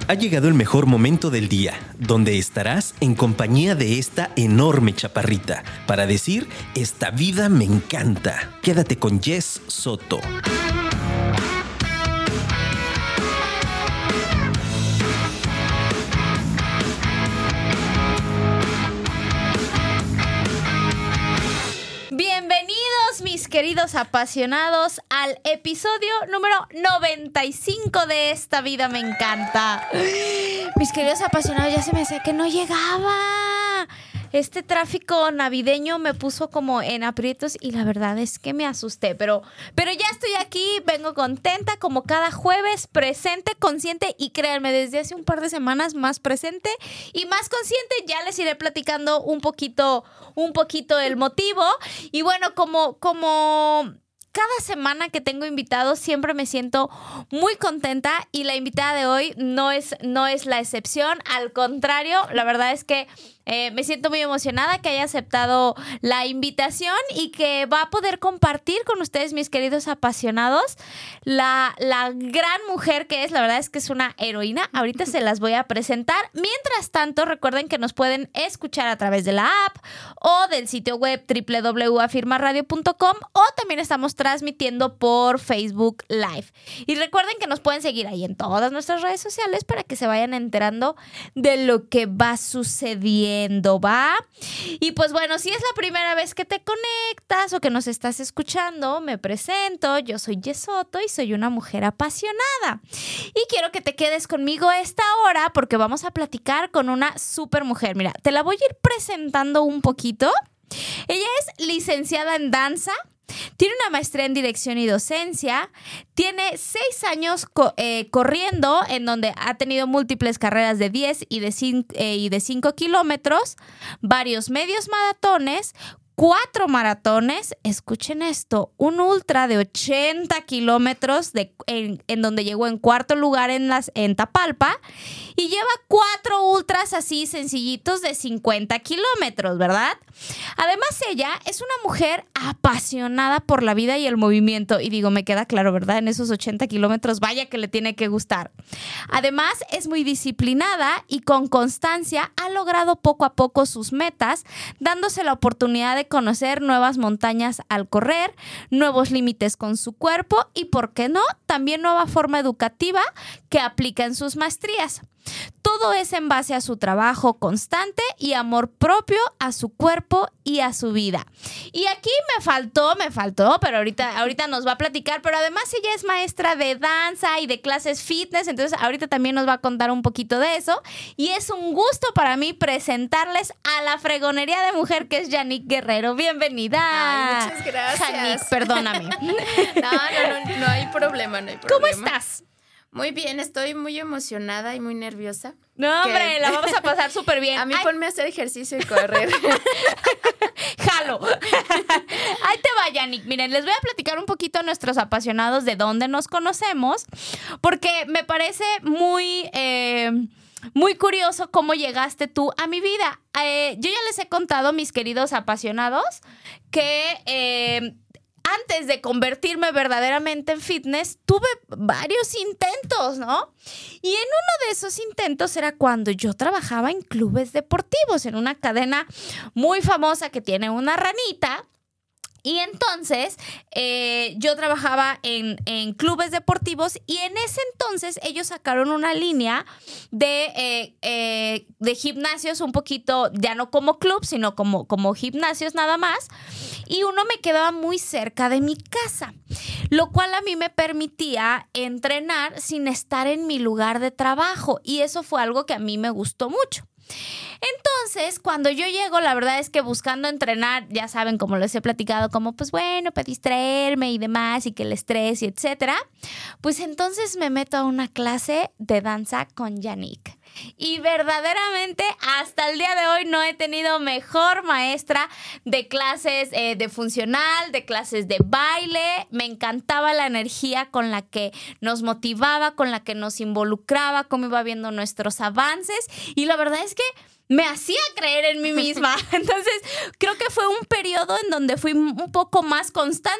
Ha llegado el mejor momento del día, donde estarás en compañía de esta enorme chaparrita para decir, esta vida me encanta. Quédate con Jess Soto. Bienvenidos, mis queridos apasionados, al episodio número 95 de Esta Vida Me Encanta. Mis queridos apasionados, ya se me decía que no llegaba. Este tráfico navideño me puso como en aprietos y la verdad es que me asusté. Pero ya estoy aquí, vengo contenta como cada jueves, presente, consciente y créanme, desde hace un par de semanas más presente y más consciente. Ya les iré platicando un poquito el motivo. Y bueno, como cada semana que tengo invitados siempre me siento muy contenta y la invitada de hoy no es la excepción. Al contrario, la verdad es que me siento muy emocionada que haya aceptado la invitación y que va a poder compartir con ustedes, mis queridos apasionados, la gran mujer que es. La verdad es que es una heroína. Ahorita se las voy a presentar. Mientras tanto, recuerden que nos pueden escuchar a través de la app o del sitio web www.afirmaradio.com o también estamos transmitiendo por Facebook Live. Y recuerden que nos pueden seguir ahí en todas nuestras redes sociales para que se vayan enterando de lo que va sucediendo, ¿va? Y pues bueno, si es la primera vez que te conectas o que nos estás escuchando, me presento. Yo soy Jess Soto y soy una mujer apasionada. Y quiero que te quedes conmigo a esta hora porque vamos a platicar con una súper mujer. Mira, te la voy a ir presentando un poquito. Ella es licenciada en danza. Tiene una maestría en dirección y docencia, tiene 6 años corriendo, en donde ha tenido múltiples carreras de 10 y de 5 kilómetros, varios medios maratones, 4 maratones, escuchen esto, un ultra de 80 kilómetros en donde llegó en 4º lugar en Tapalpa y lleva 4 ultras así sencillitos de 50 kilómetros, ¿verdad? Además, ella es una mujer apasionada por la vida y el movimiento y digo, me queda claro, ¿verdad? En esos 80 kilómetros, vaya que le tiene que gustar. Además, es muy disciplinada y con constancia ha logrado poco a poco sus metas, dándose la oportunidad de conocer nuevas montañas al correr, nuevos límites con su cuerpo y, ¿por qué no?, también nueva forma educativa que aplica en sus maestrías. Todo es en base a su trabajo constante y amor propio a su cuerpo y a su vida. Y aquí me faltó, pero ahorita nos va a platicar. Pero además ella es maestra de danza y de clases fitness, entonces ahorita también nos va a contar un poquito de eso. Y es un gusto para mí presentarles a la fregonería de mujer que es Yannick Guerrero. Bienvenida. Ay, muchas gracias. Yannick, perdóname. No hay problema, ¿Cómo estás? Muy bien, estoy muy emocionada y muy nerviosa. No, hombre, la vamos a pasar súper bien. A mí ponme a hacer ejercicio y correr. ¡Jalo! Ahí te va, Yannick. Miren, les voy a platicar un poquito a nuestros apasionados de dónde nos conocemos, porque me parece muy curioso cómo llegaste tú a mi vida. Yo ya les he contado, mis queridos apasionados, que antes de convertirme verdaderamente en fitness, tuve varios intentos, ¿no? Y en uno de esos intentos era cuando yo trabajaba en clubes deportivos, en una cadena muy famosa que tiene una ranita. Y entonces yo trabajaba en clubes deportivos y en ese entonces ellos sacaron una línea de gimnasios un poquito, ya no como club, sino como gimnasios nada más. Y uno me quedaba muy cerca de mi casa, lo cual a mí me permitía entrenar sin estar en mi lugar de trabajo. Y eso fue algo que a mí me gustó mucho. Entonces, cuando yo llego, la verdad es que buscando entrenar, ya saben, como les he platicado, como pues bueno, para distraerme y demás, y que el estrés y etcétera, pues entonces me meto a una clase de danza con Yannick. Y verdaderamente hasta el día de hoy no he tenido mejor maestra de clases de funcional, de clases de baile. Me encantaba la energía con la que nos motivaba, con la que nos involucraba, cómo iba viendo nuestros avances. Y la verdad es que me hacía creer en mí misma. Entonces, creo que fue un periodo en donde fui un poco más constante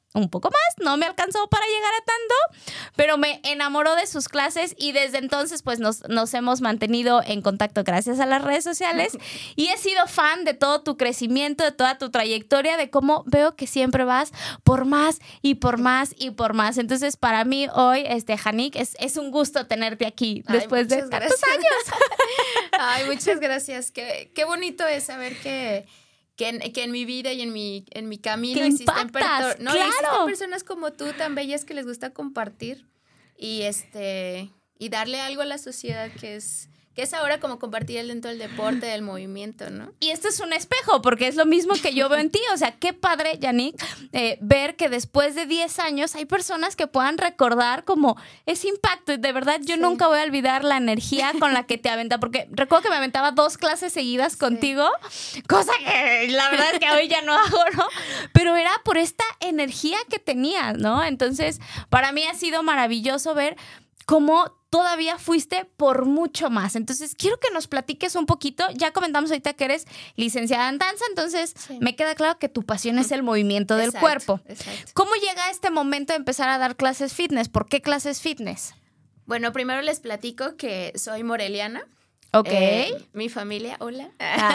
un poco más, no me alcanzó para llegar a tanto, pero me enamoró de sus clases y desde entonces pues nos hemos mantenido en contacto gracias a las redes sociales y he sido fan de todo tu crecimiento, de toda tu trayectoria, de cómo veo que siempre vas por más y por más y por más. Entonces para mí hoy, Janik, es un gusto tenerte aquí después de tantos años. Ay, muchas gracias. Qué bonito es saber que en mi vida y en mi camino existen personas como tú tan bellas que les gusta compartir y darle algo a la sociedad que es ahora como compartir dentro del deporte, del movimiento, ¿no? Y esto es un espejo, porque es lo mismo que yo veo en ti. O sea, qué padre, Yannick, ver que después de 10 años hay personas que puedan recordar como ese impacto. Y de verdad, yo nunca voy a olvidar la energía con la que te aventaba, porque recuerdo que me aventaba 2 clases seguidas contigo, cosa que la verdad es que hoy ya no hago, ¿no? Pero era por esta energía que tenías, ¿no? Entonces, para mí ha sido maravilloso ver cómo todavía fuiste por mucho más. Entonces, quiero que nos platiques un poquito. Ya comentamos ahorita que eres licenciada en danza, entonces me queda claro que tu pasión es el movimiento del cuerpo. Exacto. ¿Cómo llega este momento de empezar a dar clases fitness? ¿Por qué clases fitness? Bueno, primero les platico que soy moreliana. Ok. Mi familia, hola.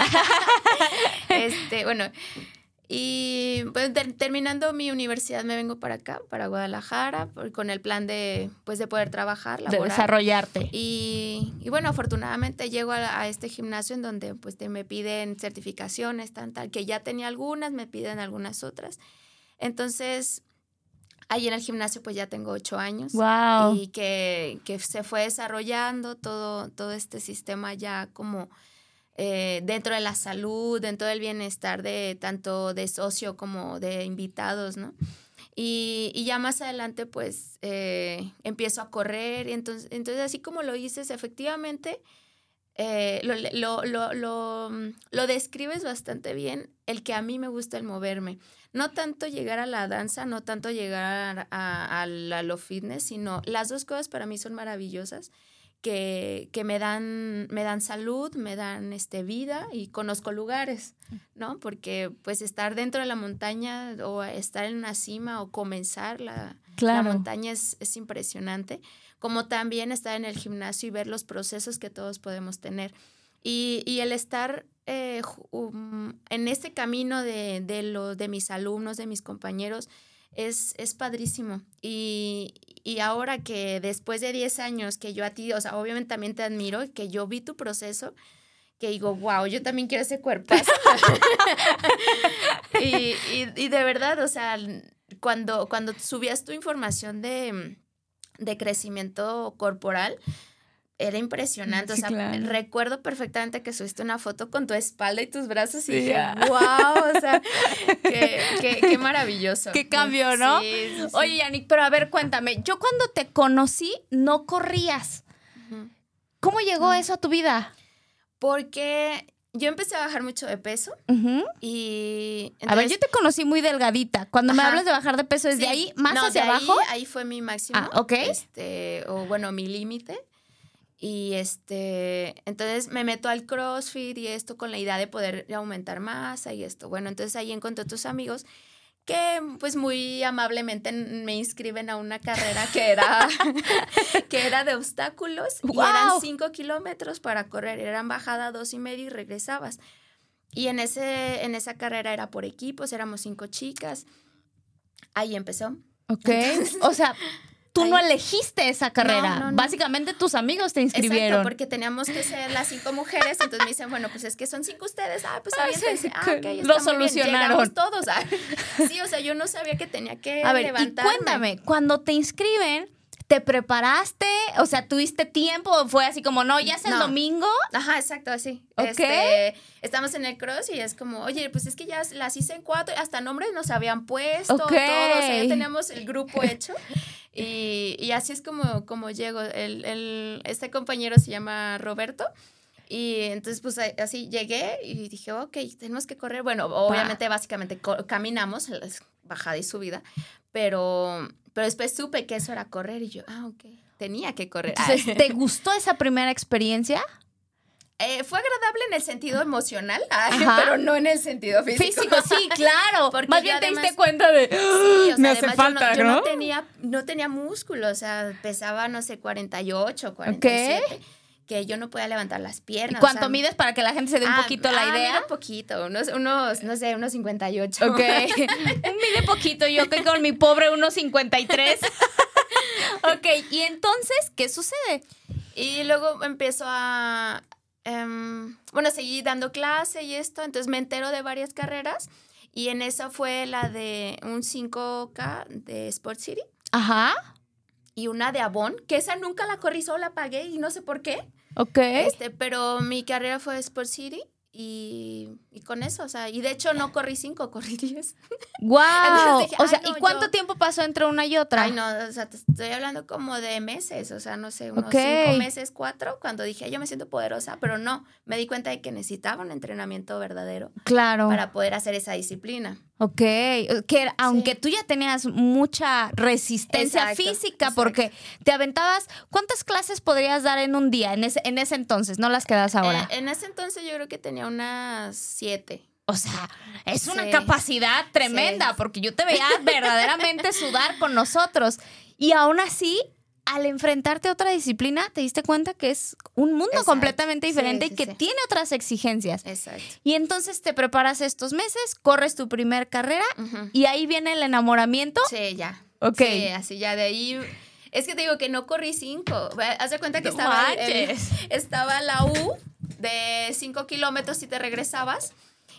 Bueno, y pues terminando mi universidad me vengo para acá, para Guadalajara, con el plan de poder trabajar, laborar. De desarrollarte. Y bueno, afortunadamente llego a este gimnasio en donde pues me piden certificaciones, tal, que ya tenía algunas, me piden algunas otras. Entonces, ahí en el gimnasio pues ya tengo 8 años. Wow. Y que se fue desarrollando todo este sistema ya como dentro de la salud, dentro del bienestar de tanto de socio como de invitados, ¿no? Y ya más adelante pues empiezo a correr y entonces así como lo dices, efectivamente lo describes bastante bien, el que a mí me gusta el moverme. No tanto llegar a la danza, no tanto llegar a lo fitness, sino las dos cosas para mí son maravillosas. Que me dan salud, me dan vida y conozco lugares, ¿no? Porque pues estar dentro de la montaña o estar en una cima o comenzar la montaña es impresionante, como también estar en el gimnasio y ver los procesos que todos podemos tener. Y el estar en este camino de mis alumnos, de mis compañeros, es padrísimo. Y ahora que después de 10 años que yo a ti, o sea, obviamente también te admiro, que yo vi tu proceso, que digo, wow, yo también quiero ese cuerpazo. y de verdad, o sea, cuando subías tu información de crecimiento corporal, era impresionante, Sí, o sea, claro. Recuerdo perfectamente que subiste una foto con tu espalda y tus brazos y dije, wow, o sea, qué maravilloso. Qué cambio, ¿no? Sí. Oye, Yannick, pero a ver, cuéntame, yo cuando te conocí no corrías. Uh-huh. ¿Cómo llegó eso a tu vida? Porque yo empecé a bajar mucho de peso y... Entonces, a ver, yo te conocí muy delgadita. Cuando me hablas de bajar de peso, ¿desde ahí más hacia abajo? Ahí fue mi máximo. Ah, ok. O bueno, mi límite. Y entonces me meto al CrossFit y esto con la idea de poder aumentar masa y esto. Bueno, entonces ahí encontré a tus amigos que pues muy amablemente me inscriben a una carrera que era de obstáculos. ¡Wow! Y eran 5 kilómetros para correr. Eran bajada 2.5 y regresabas. Y en esa carrera era por equipos, éramos 5 chicas. Ahí empezó. Ok. O sea, tú no elegiste esa carrera. No. Básicamente tus amigos te inscribieron. Exacto, porque teníamos que ser las 5 mujeres. Entonces me dicen, bueno, pues es que son 5 ustedes. Pues aviéntense. Ok, está lo muy solucionaron. bien. Llegamos todos. Sí, o sea, yo no sabía que tenía que a ver, levantarme. y cuéntame, cuando te inscriben, ¿te preparaste? O sea, ¿tuviste tiempo? ¿O fue así como, no, ya es el domingo? Ajá, exacto, así. Ok. Estamos en el cross y es como, oye, pues es que ya las hice en 4, hasta nombres nos habían puesto, Ok. todo, o sea, ya teníamos el grupo hecho. Y así es como llego. Este compañero se llama Roberto. Y entonces, pues así llegué y dije, ok, tenemos que correr. Bueno, obviamente, básicamente caminamos, bajada y subida, pero después supe que eso era correr y yo, ok, tenía que correr. Entonces, ¿te gustó esa primera experiencia? Fue agradable en el sentido emocional, Ajá. pero no en el sentido físico. Físico, sí, claro. Porque Más yo bien te además- diste cuenta de, Sí, o sea, me hace además falta, yo ¿no? no tenía músculo, o sea, pesaba, no sé, 48, 47, que yo no podía levantar las piernas. ¿Cuánto o sea, mides para que la gente se dé un poquito la idea? Mira, un poquito, no sé, unos 58. Ok. Mide poquito, yo que con mi pobre 1.53. Ok, y entonces, ¿qué sucede? Y luego empiezo a, seguí dando clase y esto, entonces me entero de varias carreras y en esa fue la de un 5K de Sport City Ajá. y una de Avon, que esa nunca la corrí, solo la pagué y no sé por qué. Ok. Pero mi carrera fue Sport City y con eso, o sea, y de hecho no corrí 5, corrí 10. ¡Wow! Entonces dije, O sea, ay, no, ¿y cuánto tiempo pasó entre una y otra? Ay, no, o sea, te estoy hablando como de meses, o sea, no sé, unos Ok. 5 meses, 4, cuando dije, yo me siento poderosa, pero no, me di cuenta de que necesitaba un entrenamiento verdadero Claro. para poder hacer esa disciplina. Ok, que aunque tú ya tenías mucha resistencia Exacto, física, exacto. porque te aventabas, ¿cuántas clases podrías dar en un día en ese entonces? No las que das ahora. En ese entonces yo creo que tenía unas 7. O sea, es una Sí. capacidad tremenda, Sí. porque yo te veía verdaderamente sudar con nosotros. Y aún así, al enfrentarte a otra disciplina, te diste cuenta que es un mundo Exacto. completamente diferente Sí, y que sí. tiene otras exigencias. Exacto. Y entonces te preparas estos meses, corres tu primer carrera Ujú. y ahí viene el enamoramiento. Sí, ya. Ok. Sí, así ya de ahí. Es que te digo que no corrí 5. Haz de cuenta que No estaba, manches. estaba la U de 5 kilómetros si te regresabas.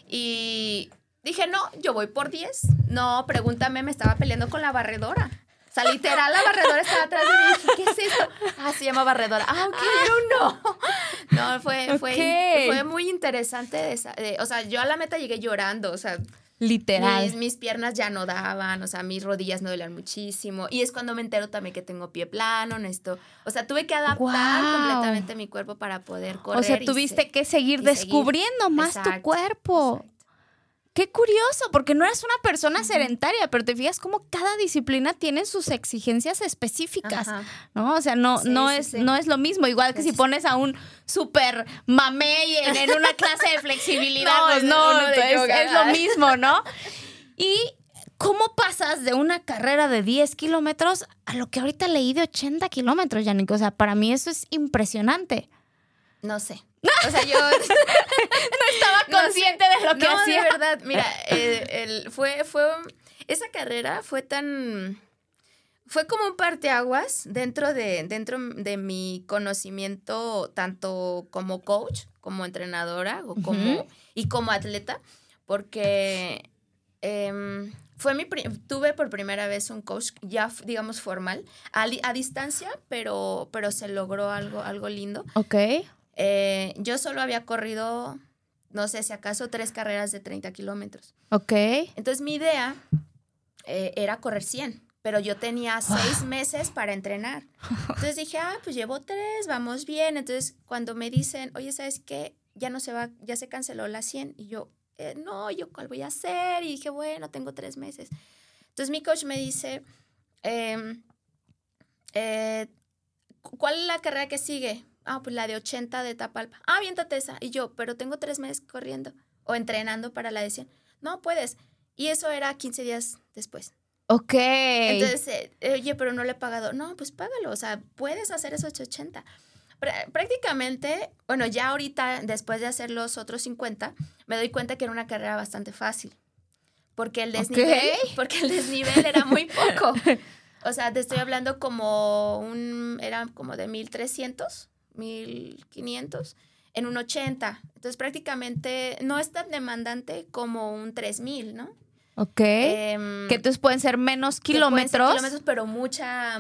Y dije, no, yo voy por 10. No, pregúntame, me estaba peleando con la barredora. O sea, literal, la barredora estaba atrás de mí y dije, ¿qué es esto? Ah, se llama barredora. Ah, ok, yo no. No, fue muy interesante. O sea, yo a la meta llegué llorando, o sea, Literal. mis piernas ya no daban, o sea, mis rodillas me dolían muchísimo. Y es cuando me entero también que tengo pie plano, o sea, tuve que adaptar Guau. completamente mi cuerpo para poder correr. O sea, y tuviste que seguir y descubriendo más tu Exacto, cuerpo. exacto. Qué curioso, porque no eres una persona sedentaria, pero te fijas cómo cada disciplina tiene sus exigencias específicas, Ajá. ¿no? O sea, no es lo mismo. Igual que si pones a un super mamey en una clase de flexibilidad, No, pues es no, uno de es yoga. lo mismo, ¿no? Y ¿cómo pasas de una carrera de 10 kilómetros a lo que ahorita leí de 80 kilómetros, Yannick? O sea, para mí eso es impresionante. No sé. O sea, yo Estaba consciente de lo que no, hacía. de verdad, mira, esa carrera fue como un parteaguas dentro de mi conocimiento, tanto como coach, como entrenadora y como atleta, porque tuve por primera vez un coach ya, digamos, formal, a distancia, pero se logró algo lindo. Ok. Yo solo había corrido, no sé si acaso, 3 carreras de 30 kilómetros. Ok. Entonces mi idea era correr 100, pero yo tenía 6 meses para entrenar. Entonces dije, pues llevo 3, vamos bien. Entonces cuando me dicen, oye, ¿sabes qué? Ya no se va, ya se canceló la 100. Y yo, no, ¿yo cuál voy a hacer? Y dije, bueno, tengo 3 meses. Entonces mi coach me dice, ¿cuál es la carrera que sigue? Pues la de 80 de Tapalpa. Aviéntate esa. Y yo, pero tengo 3 meses corriendo o entrenando para la de 100. No puedes. Y eso era 15 días después. Ok. Entonces, oye, pero no le he pagado. No, pues págalo. O sea, puedes hacer esos 80. Prácticamente, bueno, ya ahorita, después de hacer los otros 50, me doy cuenta que era una carrera bastante fácil. Porque el desnivel era muy poco. O sea, te estoy hablando era como de 1,300, 1,500 en un 80. Entonces, prácticamente no es tan demandante como un 3,000, ¿no? Ok. Que entonces pueden ser menos kilómetros. Pero muchas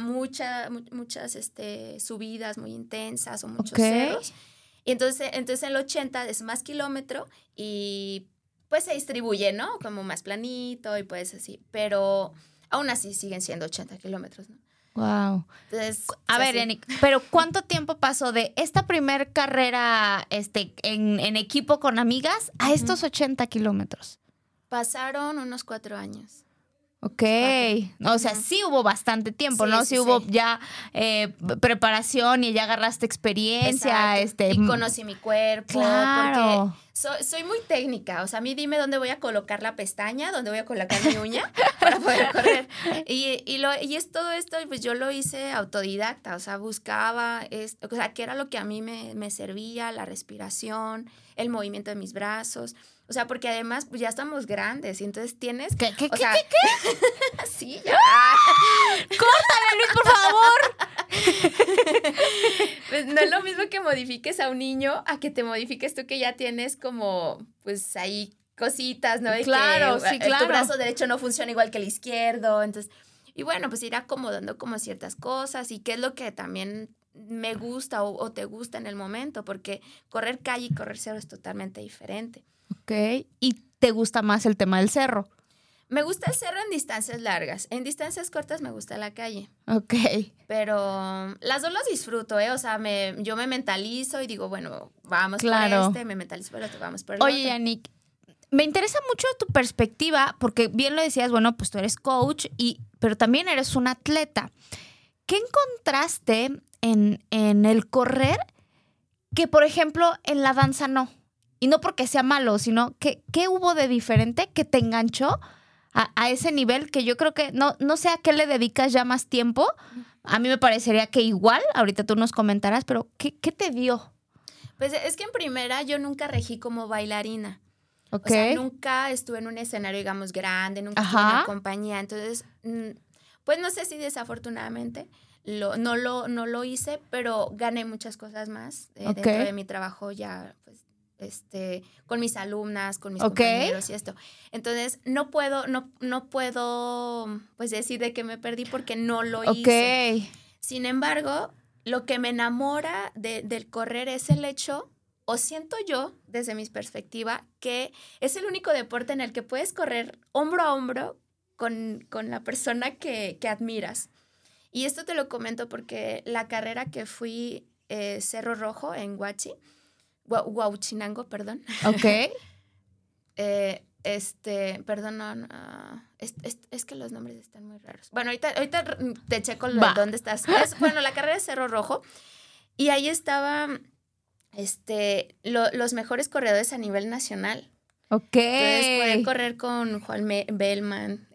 subidas muy intensas o muchos Ok. cerros. Y entonces el 80 es más kilómetro y pues se distribuye, ¿no? Como más planito y pues así. Pero aún así siguen siendo 80 kilómetros, ¿no? Wow. Entonces, A ver, así. Yannick, pero ¿cuánto tiempo pasó de esta primer carrera en equipo con amigas a estos 80 kilómetros? Pasaron unos 4 años. Ok. O sea, sí hubo bastante tiempo, Sí, ¿no? sí, Sí hubo sí. ya preparación y ya agarraste experiencia. Exacto. Y conocí mi cuerpo. Claro. Porque soy muy técnica. O sea, a mí dime dónde voy a colocar la pestaña, dónde voy a colocar mi uña para poder correr. Y es todo esto, pues yo lo hice autodidacta. O sea, buscaba, o sea, qué era lo que a mí me servía, la respiración, el movimiento de mis brazos. O sea, porque además pues ya estamos grandes y entonces tienes... ¿Qué? Sí, ya. ¡Córtale, Luis, por favor! Pues no es lo mismo que modifiques a un niño a que te modifiques tú que ya tienes como, pues ahí cositas, ¿no? Y Claro, que sí, claro. tu brazo derecho no funciona igual que el izquierdo, entonces... Y bueno, pues ir acomodando como ciertas cosas y qué es lo que también me gusta o te gusta en el momento, porque correr calle y correr cerro es totalmente diferente. Ok. ¿Y te gusta más el tema del cerro? Me gusta el cerro en distancias largas. En distancias cortas me gusta la calle. Ok. Pero las dos las disfruto, ¿eh? O sea, yo me mentalizo y digo, bueno, vamos Claro. por me mentalizo por el otro, vamos por el Oye, otro. Yannick, me interesa mucho tu perspectiva, porque bien lo decías, bueno, pues tú eres coach, pero también eres un atleta. ¿Qué encontraste en el correr que, por ejemplo, en la danza no? Y no porque sea malo, sino que ¿qué hubo de diferente que te enganchó a ese nivel que yo creo que no sé a qué le dedicas ya más tiempo? A mí me parecería que igual, ahorita tú nos comentarás, pero ¿qué te dio? Pues es que en primera yo nunca regí como bailarina. Ok. O sea, nunca estuve en un escenario, digamos, grande, nunca estuve en una compañía. Entonces, pues no sé si desafortunadamente no lo hice, pero gané muchas cosas más dentro de mi trabajo ya, pues, con mis alumnas, con mis compañeros y esto. Entonces, no puedo, pues, decir de que me perdí porque no lo hice. Sin embargo, lo que me enamora del correr es el hecho, o siento yo, desde mi perspectiva, que es el único deporte en el que puedes correr hombro a hombro con la persona que admiras. Y esto te lo comento porque la carrera que fui, Cerro Rojo en Huauchinango, perdón. Ok. Perdón, es que los nombres están muy raros. Bueno, ahorita te checo dónde estás. Bueno, la carrera de Cerro Rojo. Y ahí estaban los mejores corredores a nivel nacional. Ok. Entonces, poder correr con Juan Bellman,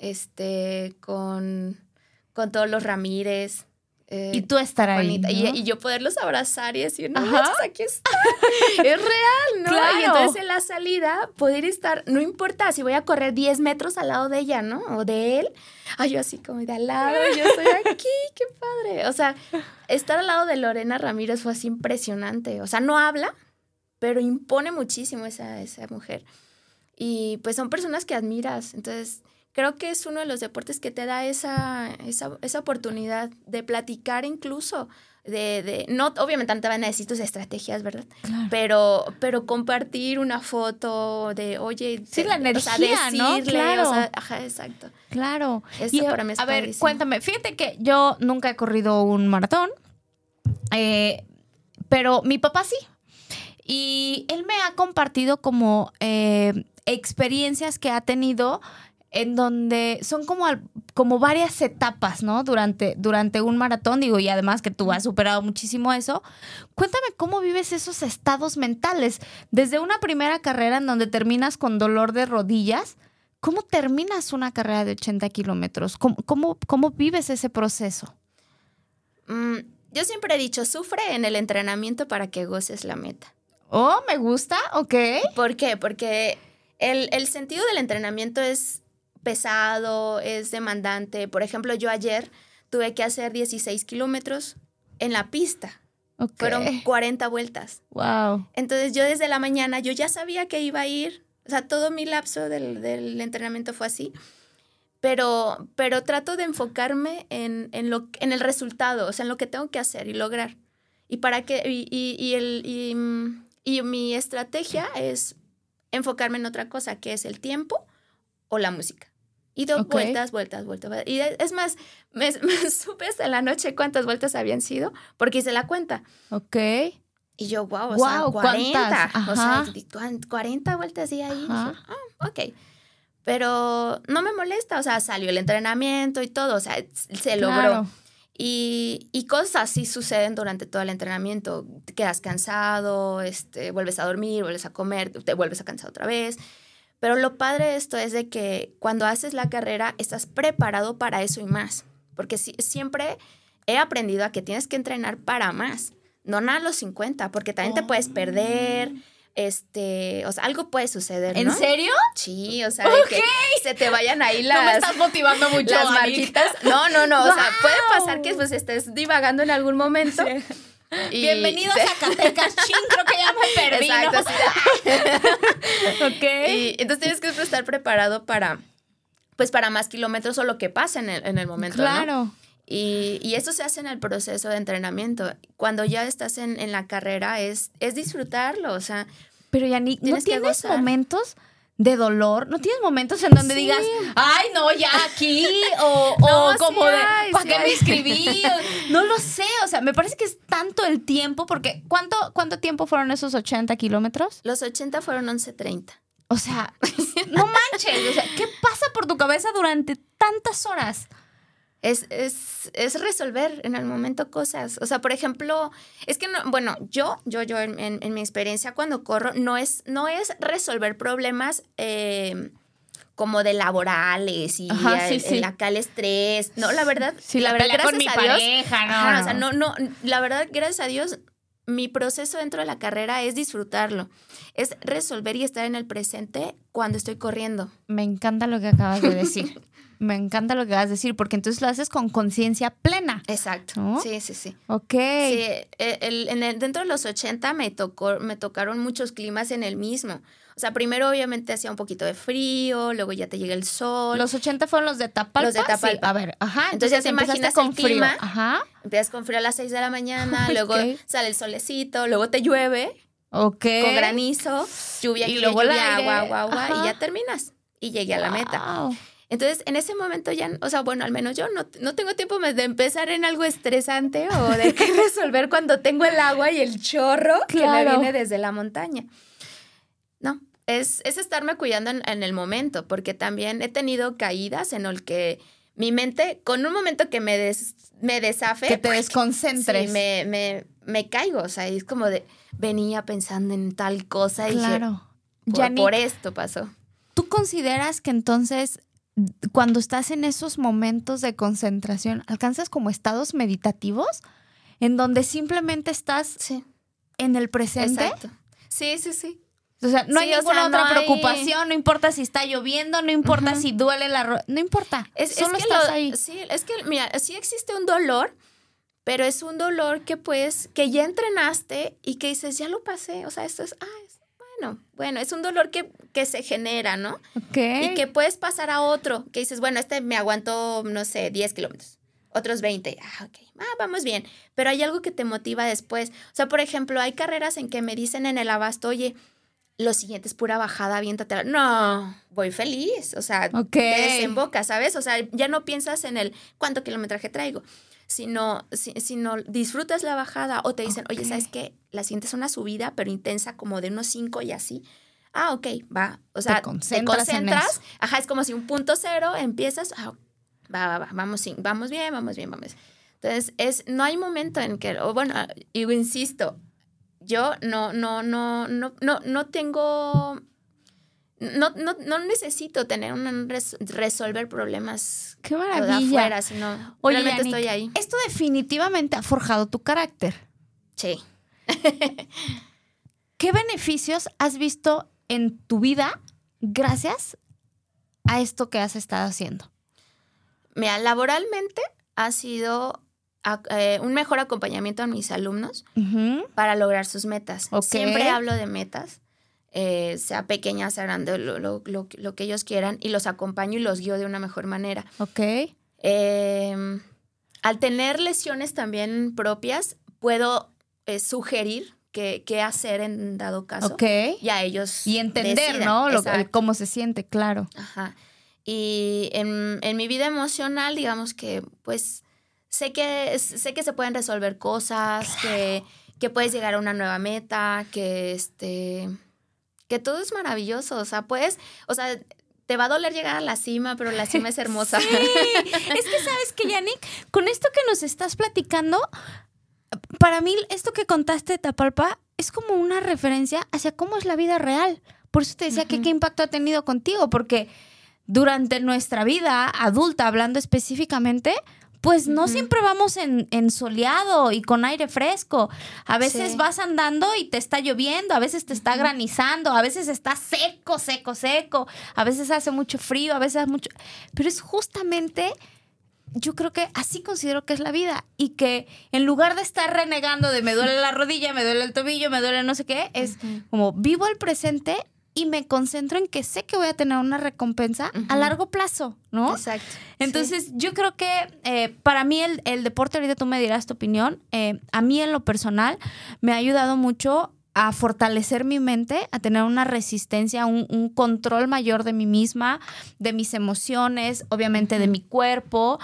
con todos los Ramírez. Y tú estar ahí, Juanita, ¿no? y yo poderlos abrazar y decir, no manches, aquí está. Es real, ¿no? Claro. Y entonces en la salida poder estar, no importa si voy a correr 10 metros al lado de ella, ¿no? O de él. Ay, yo así como de al lado, yo estoy aquí, qué padre. O sea, estar al lado de Lorena Ramírez fue así impresionante. O sea, no habla, pero impone muchísimo esa mujer. Y pues son personas que admiras. Entonces, creo que es uno de los deportes que te da esa oportunidad de platicar incluso, no, obviamente no te van a decir tus estrategias, ¿verdad? Claro. Pero compartir una foto de, oye... Sí, la energía, o sea, decirle, ¿no? Claro. O sea, ajá, exacto. Claro. Eso Y para mí es a ver, padrísimo. cuéntame, fíjate que yo nunca he corrido un maratón, pero mi papá sí. Y él me ha compartido como experiencias que ha tenido en donde son como varias etapas, ¿no? Durante un maratón, digo, y además que tú has superado muchísimo eso. Cuéntame cómo vives esos estados mentales. Desde una primera carrera en donde terminas con dolor de rodillas, ¿cómo terminas una carrera de 80 kilómetros? ¿Cómo vives ese proceso? Yo siempre he dicho, sufre en el entrenamiento para que goces la meta. Oh, me gusta, ok. ¿Por qué? Porque el sentido del entrenamiento es pesado, es demandante. Por ejemplo, yo ayer tuve que hacer 16 kilómetros en la pista. Okay. Fueron 40 vueltas. Wow. Entonces yo desde la mañana, yo ya sabía que iba a ir. O sea, todo mi lapso del entrenamiento fue así. Pero trato de enfocarme en el resultado, o sea, en lo que tengo que hacer y lograr. Y mi estrategia es enfocarme en otra cosa, que es el tiempo o la música. Y doy vueltas. Y es más, me supe hasta en la noche cuántas vueltas habían sido, porque hice la cuenta. Ok. Y yo, wow, o sea, 40. ¿cuántas? O sea, 40 vueltas y ahí. Dije, ok. Pero no me molesta, o sea, salió el entrenamiento y todo, o sea, se logró. Claro. Y cosas así suceden durante todo el entrenamiento. Te quedas cansado, vuelves a dormir, vuelves a comer, te vuelves a cansar otra vez. Pero lo padre de esto es de que cuando haces la carrera estás preparado para eso y más. Porque siempre he aprendido a que tienes que entrenar para más. No nada a los 50, porque también te puedes perder. O sea, algo puede suceder, ¿no? ¿En serio? Sí, o sea, de que se te vayan ahí No me estás motivando mucho, las Anik. marquitas. No, o Wow. sea, puede pasar que pues estés divagando en algún momento. Sí. Y- Bienvenidos a Zacatecas. Chin, creo que ya me perdí, Exacto, ¿no? sí. Ok. Y entonces tienes que estar preparado para más kilómetros o lo que pase en el momento, ¿no? Claro. Y eso se hace en el proceso de entrenamiento. Cuando ya estás en la carrera es disfrutarlo, o sea, Pero Yannick, ¿no Tienes que tienes gozar. momentos de dolor? ¿No tienes momentos en donde Sí. digas, ay, no, ya aquí? O No, como sí de, hay, ¿para sí qué hay. me inscribí? No lo sé, o sea, me parece que es tanto el tiempo, porque ¿cuánto tiempo fueron esos 80 kilómetros? los 80 fueron 11:30. O sea, no manches, o sea, ¿qué pasa por tu cabeza durante tantas horas? Es resolver en el momento cosas. O sea, por ejemplo, es que no, bueno, yo en mi experiencia cuando corro, no es resolver problemas como de laborales y Ajá, sí. el acá el estrés. No, la verdad, Sí, la verdad, pelea con mi gracias a Dios. pareja, no, Ajá, no. o sea, no, la verdad, gracias a Dios, mi proceso dentro de la carrera es disfrutarlo. Es resolver y estar en el presente cuando estoy corriendo. Me encanta lo que acabas de decir. Me encanta lo que acabas de decir, porque entonces lo haces con conciencia plena. Exacto. ¿No? Sí. Ok. Sí, dentro de los 80 me tocaron muchos climas en el mismo. O sea, primero obviamente hacía un poquito de frío, luego ya te llega el sol. Los 80 fueron los de Tapalpa. Los de Tapalpa. Sí, a ver, ajá. Entonces ya te empezaste imaginas con el frío. clima. Ajá. Empiezas con frío a las 6 de la mañana, Ok. luego sale el solecito, luego te llueve Ok. con granizo, lluvia, Y lluvia, luego el lluvia, aire. agua, Ajá. y ya terminas. Y llegué a la meta. Wow. Entonces, en ese momento ya, o sea, bueno, al menos yo no tengo tiempo de empezar en algo estresante o de que resolver cuando tengo el agua y el chorro que me Claro. viene desde la montaña. No, es estarme cuidando en el momento, porque también he tenido caídas en el que mi mente, con un momento que me desafe, Que te desconcentres. sí, me caigo, o sea, es como de, venía pensando en tal cosa y Claro. dije, Yannick, por esto pasó. ¿tú consideras que entonces cuando estás en esos momentos de concentración alcanzas como estados meditativos en donde simplemente estás Sí, en el presente? exacto. Sí. O sea, no hay Sí, o ninguna sea, otra no hay- preocupación, no importa si está lloviendo, no importa si duele no importa. Solo que estás ahí. Sí, es que, mira, sí existe un dolor, pero es un dolor que que ya entrenaste y que dices, ya lo pasé. O sea, esto es, bueno, es un dolor que se genera, ¿no? Ok. Y que puedes pasar a otro, que dices, bueno, me aguantó, no sé, 10 kilómetros, otros 20. Ok, vamos bien. Pero hay algo que te motiva después. O sea, por ejemplo, hay carreras en que me dicen en el abasto, oye, lo siguiente es pura bajada, aviéntate. No, voy feliz. O sea, Ok. te desemboca, ¿sabes? O sea, ya no piensas en el cuánto kilometraje traigo, sino disfrutas la bajada o te dicen, oye, ¿sabes qué? La siguiente es una subida, pero intensa, como de unos 5 y así. Ok, va. O sea, Te concentras en eso. Ajá, es como si un punto cero empiezas, va, vamos bien. Entonces, no hay momento en que, o bueno, insisto, yo no tengo, no necesito tener resolver problemas Qué de maravilla. afuera, sino Oye, realmente Yannick, estoy ahí. esto definitivamente ha forjado tu carácter. Sí. ¿Qué beneficios has visto en tu vida gracias a esto que has estado haciendo? Mira, laboralmente ha sido un mejor acompañamiento a mis alumnos Ujú. para lograr sus metas. Ok. Siempre hablo de metas, sea pequeña, sea grande, lo que ellos quieran, y los acompaño y los guío de una mejor manera. Ok. Al tener lesiones también propias, puedo sugerir qué hacer en dado caso. Ok. Y a ellos Y entender, decidan. ¿no? Exacto. Cómo se siente, claro. Ajá. Y en mi vida emocional, digamos que, pues, sé que se pueden resolver cosas, que puedes llegar a una nueva meta, que todo es maravilloso. O sea, te va a doler llegar a la cima, pero la cima es hermosa. Sí, es que sabes que, Yannick, con esto que nos estás platicando, para mí esto que contaste de Tapalpa es como una referencia hacia cómo es la vida real. Por eso te decía que qué impacto ha tenido contigo, porque durante nuestra vida adulta, hablando específicamente, pues no siempre vamos en soleado y con aire fresco. A veces vas andando y te está lloviendo, a veces te está granizando, a veces está seco, a veces hace mucho frío, a veces hace mucho... Pero es justamente, yo creo que así considero que es la vida, y que en lugar de estar renegando de me duele la rodilla, me duele el tobillo, me duele no sé qué, es como vivo el presente y me concentro en que sé que voy a tener una recompensa a largo plazo, ¿no? Exacto. Entonces, yo creo que para mí el deporte, ahorita tú me dirás tu opinión, a mí en lo personal me ha ayudado mucho a fortalecer mi mente, a tener una resistencia, un control mayor de mí misma, de mis emociones, obviamente de mi cuerpo,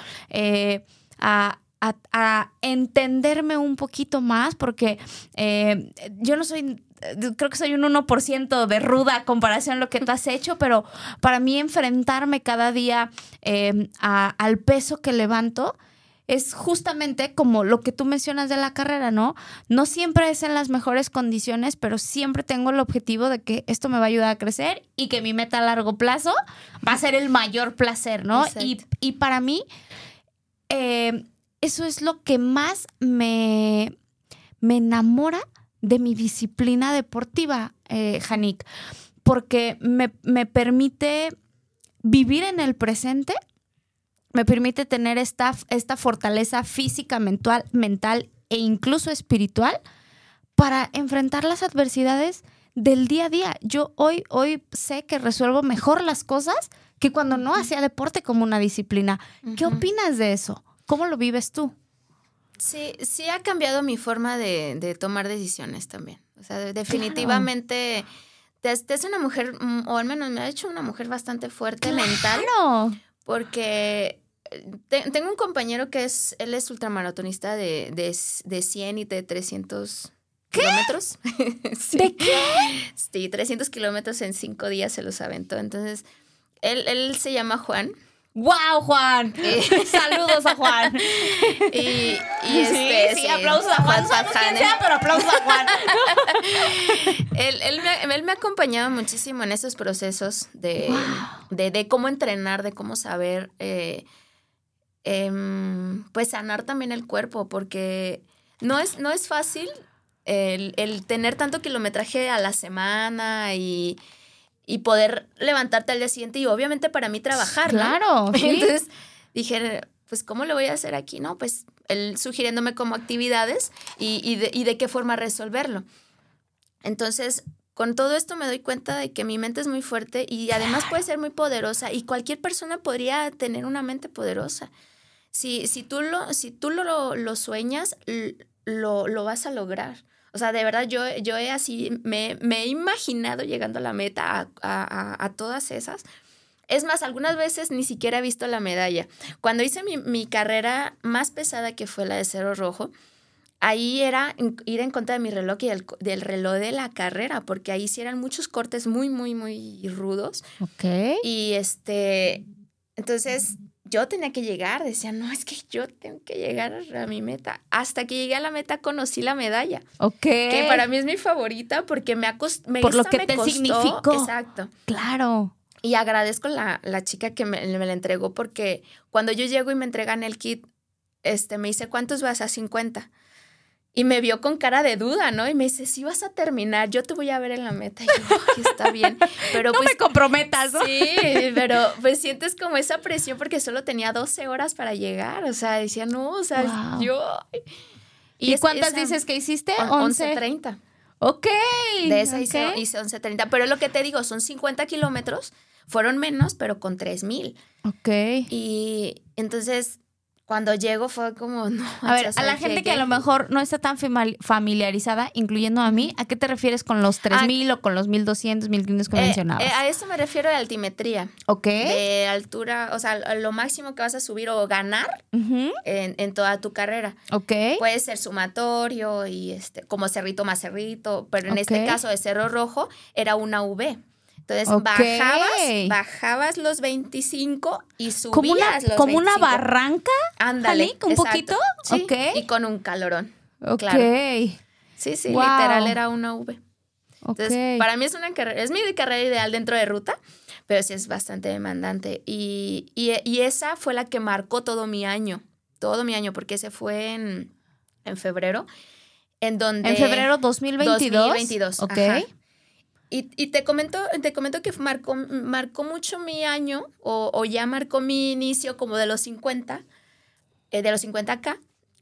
a entenderme un poquito más, porque yo no soy... Creo que soy un 1% de ruda a comparación a lo que tú has hecho, pero para mí enfrentarme cada día al peso que levanto es justamente como lo que tú mencionas de la carrera, ¿no? No siempre es en las mejores condiciones, pero siempre tengo el objetivo de que esto me va a ayudar a crecer y que mi meta a largo plazo va a ser el mayor placer, ¿no? Y para mí eso es lo que más me enamora de mi disciplina deportiva, Yannick, porque me permite vivir en el presente, me permite tener esta fortaleza física, mental e incluso espiritual para enfrentar las adversidades del día a día. Yo hoy sé que resuelvo mejor las cosas que cuando no hacía deporte como una disciplina. ¿Qué opinas de eso? ¿Cómo lo vives tú? Sí ha cambiado mi forma de tomar decisiones también. O sea, definitivamente te hace una mujer, o al menos me ha hecho una mujer bastante fuerte mental. Porque tengo un compañero que él es ultramaratonista de 100 y de 300 kilómetros. Sí. ¿De qué? Sí, 300 kilómetros en 5 días se los aventó. Entonces, él se llama Juan. ¡Wow, Juan! Saludos a Juan. Sí, aplausos a Juan. No sabemos quién sea, pero aplausos a Juan. Él me ha acompañado muchísimo en esos procesos de cómo entrenar, de cómo saber pues sanar también el cuerpo, porque no es fácil el tener tanto kilometraje a la semana y poder levantarte al día siguiente y obviamente para mí trabajar, ¿no? Claro, sí. Entonces dije, pues ¿cómo le voy a hacer aquí? No, pues él sugiriéndome como actividades y de qué forma resolverlo. Entonces, con todo esto me doy cuenta de que mi mente es muy fuerte y además puede ser muy poderosa, y cualquier persona podría tener una mente poderosa. Si tú lo sueñas, lo vas a lograr. O sea, de verdad, yo me he imaginado llegando a la meta a todas esas. Es más, algunas veces ni siquiera he visto la medalla. Cuando hice mi carrera más pesada, que fue la de Cerro Rojo, ahí era ir en contra de mi reloj y del reloj de la carrera, porque ahí sí eran muchos cortes muy, muy, muy rudos. Ok. Y entonces yo tenía que llegar, decía, no, es que yo tengo que llegar a mi meta. Hasta que llegué a la meta conocí la medalla. Ok. Que para mí es mi favorita porque por lo que te significó. Exacto. Claro. Y agradezco la chica que me la entregó, porque cuando yo llego y me entregan el kit, me dice, ¿cuántos vas? A 50. Y me vio con cara de duda, ¿no? Y me dice, sí vas a terminar, yo te voy a ver en la meta. Y yo, está bien. Pero no pues, me comprometas, ¿no? Sí, pero pues sientes como esa presión porque solo tenía 12 horas para llegar. O sea, decía, no, o sea, wow. yo... ¿Y cuántas dices que hiciste? 11:30. Ok. De esa hice 11:30. Pero lo que te digo, son 50 kilómetros. Fueron menos, pero con 3,000. Ok. Y entonces, cuando llego fue como... no. A ver, a la gente que a lo mejor no está tan familiarizada, incluyendo a mí, ¿a qué te refieres con los 3,000 o con los 1,200, 1,500 que mencionabas? A eso me refiero de altimetría. Ok. De altura, o sea, lo máximo que vas a subir o ganar en toda tu carrera. Ok. Puede ser sumatorio y como cerrito más cerrito, pero en este caso de Cerro Rojo era una V. Entonces Ok. bajabas los 25 y subías los 25. Como una barranca, Ándale, Janique, un exacto. poquito. Sí, Ok. y con un calorón. Ok. Claro. Sí, Wow. literal era una V. Entonces, Ok. para mí es una carrera, es mi carrera ideal dentro de ruta, pero sí es bastante demandante. Y esa fue la que marcó todo mi año, porque ese fue en febrero, en donde... En febrero 2022. 2022, Ok. ajá. Y te comento que marcó mucho mi año, o ya marcó mi inicio como de los 50, de los 50K,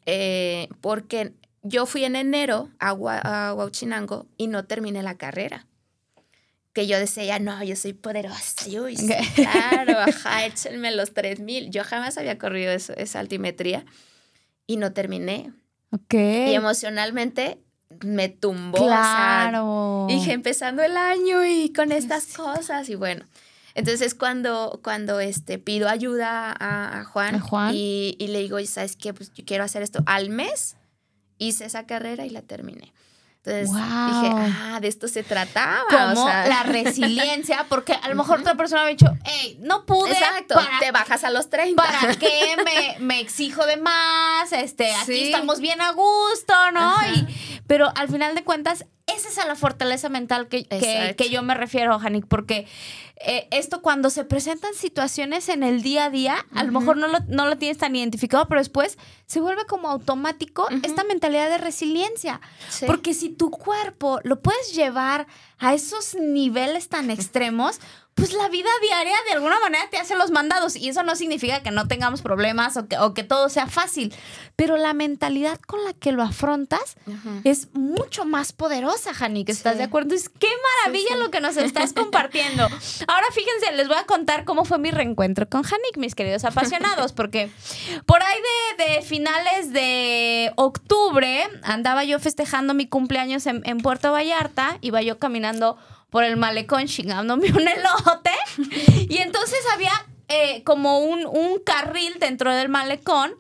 porque yo fui en enero a Huauchinango y no terminé la carrera. Que yo decía, no, yo soy poderosa, uy, sí, claro, ajá, échenme los 3,000. Yo jamás había corrido esa altimetría y no terminé. Ok. Y emocionalmente me tumbó. Claro. O sea, dije, empezando el año y con estas cosas. Y bueno, entonces cuando pido ayuda a Juan, y le digo, ¿sabes qué? Pues yo quiero hacer esto. Al mes hice esa carrera y la terminé. Entonces dije, de esto se trataba. Como o sea, la resiliencia, porque a lo mejor otra persona me ha dicho, hey, no pude. Exacto, te bajas a los 30. ¿Para qué me exijo de más? Aquí Sí. estamos bien a gusto, ¿no? Pero al final de cuentas, esa es a la fortaleza mental que yo me refiero, Janique, porque esto cuando se presentan situaciones en el día a día, a lo mejor no lo tienes tan identificado, pero después se vuelve como automático esta mentalidad de resiliencia. Sí. Porque si tu cuerpo lo puedes llevar a esos niveles tan extremos, pues la vida diaria de alguna manera te hace los mandados. Y eso no significa que no tengamos problemas o que todo sea fácil. Pero la mentalidad con la que lo afrontas es mucho más poderosa, Janique. ¿Estás de acuerdo? Es qué maravilla lo que nos estás compartiendo. Ahora fíjense, les voy a contar cómo fue mi reencuentro con Janique, mis queridos apasionados. Porque por ahí de finales de octubre andaba yo festejando mi cumpleaños en Puerto Vallarta. Iba yo caminando por el malecón chingándome un elote. Y entonces había como un carril dentro del malecón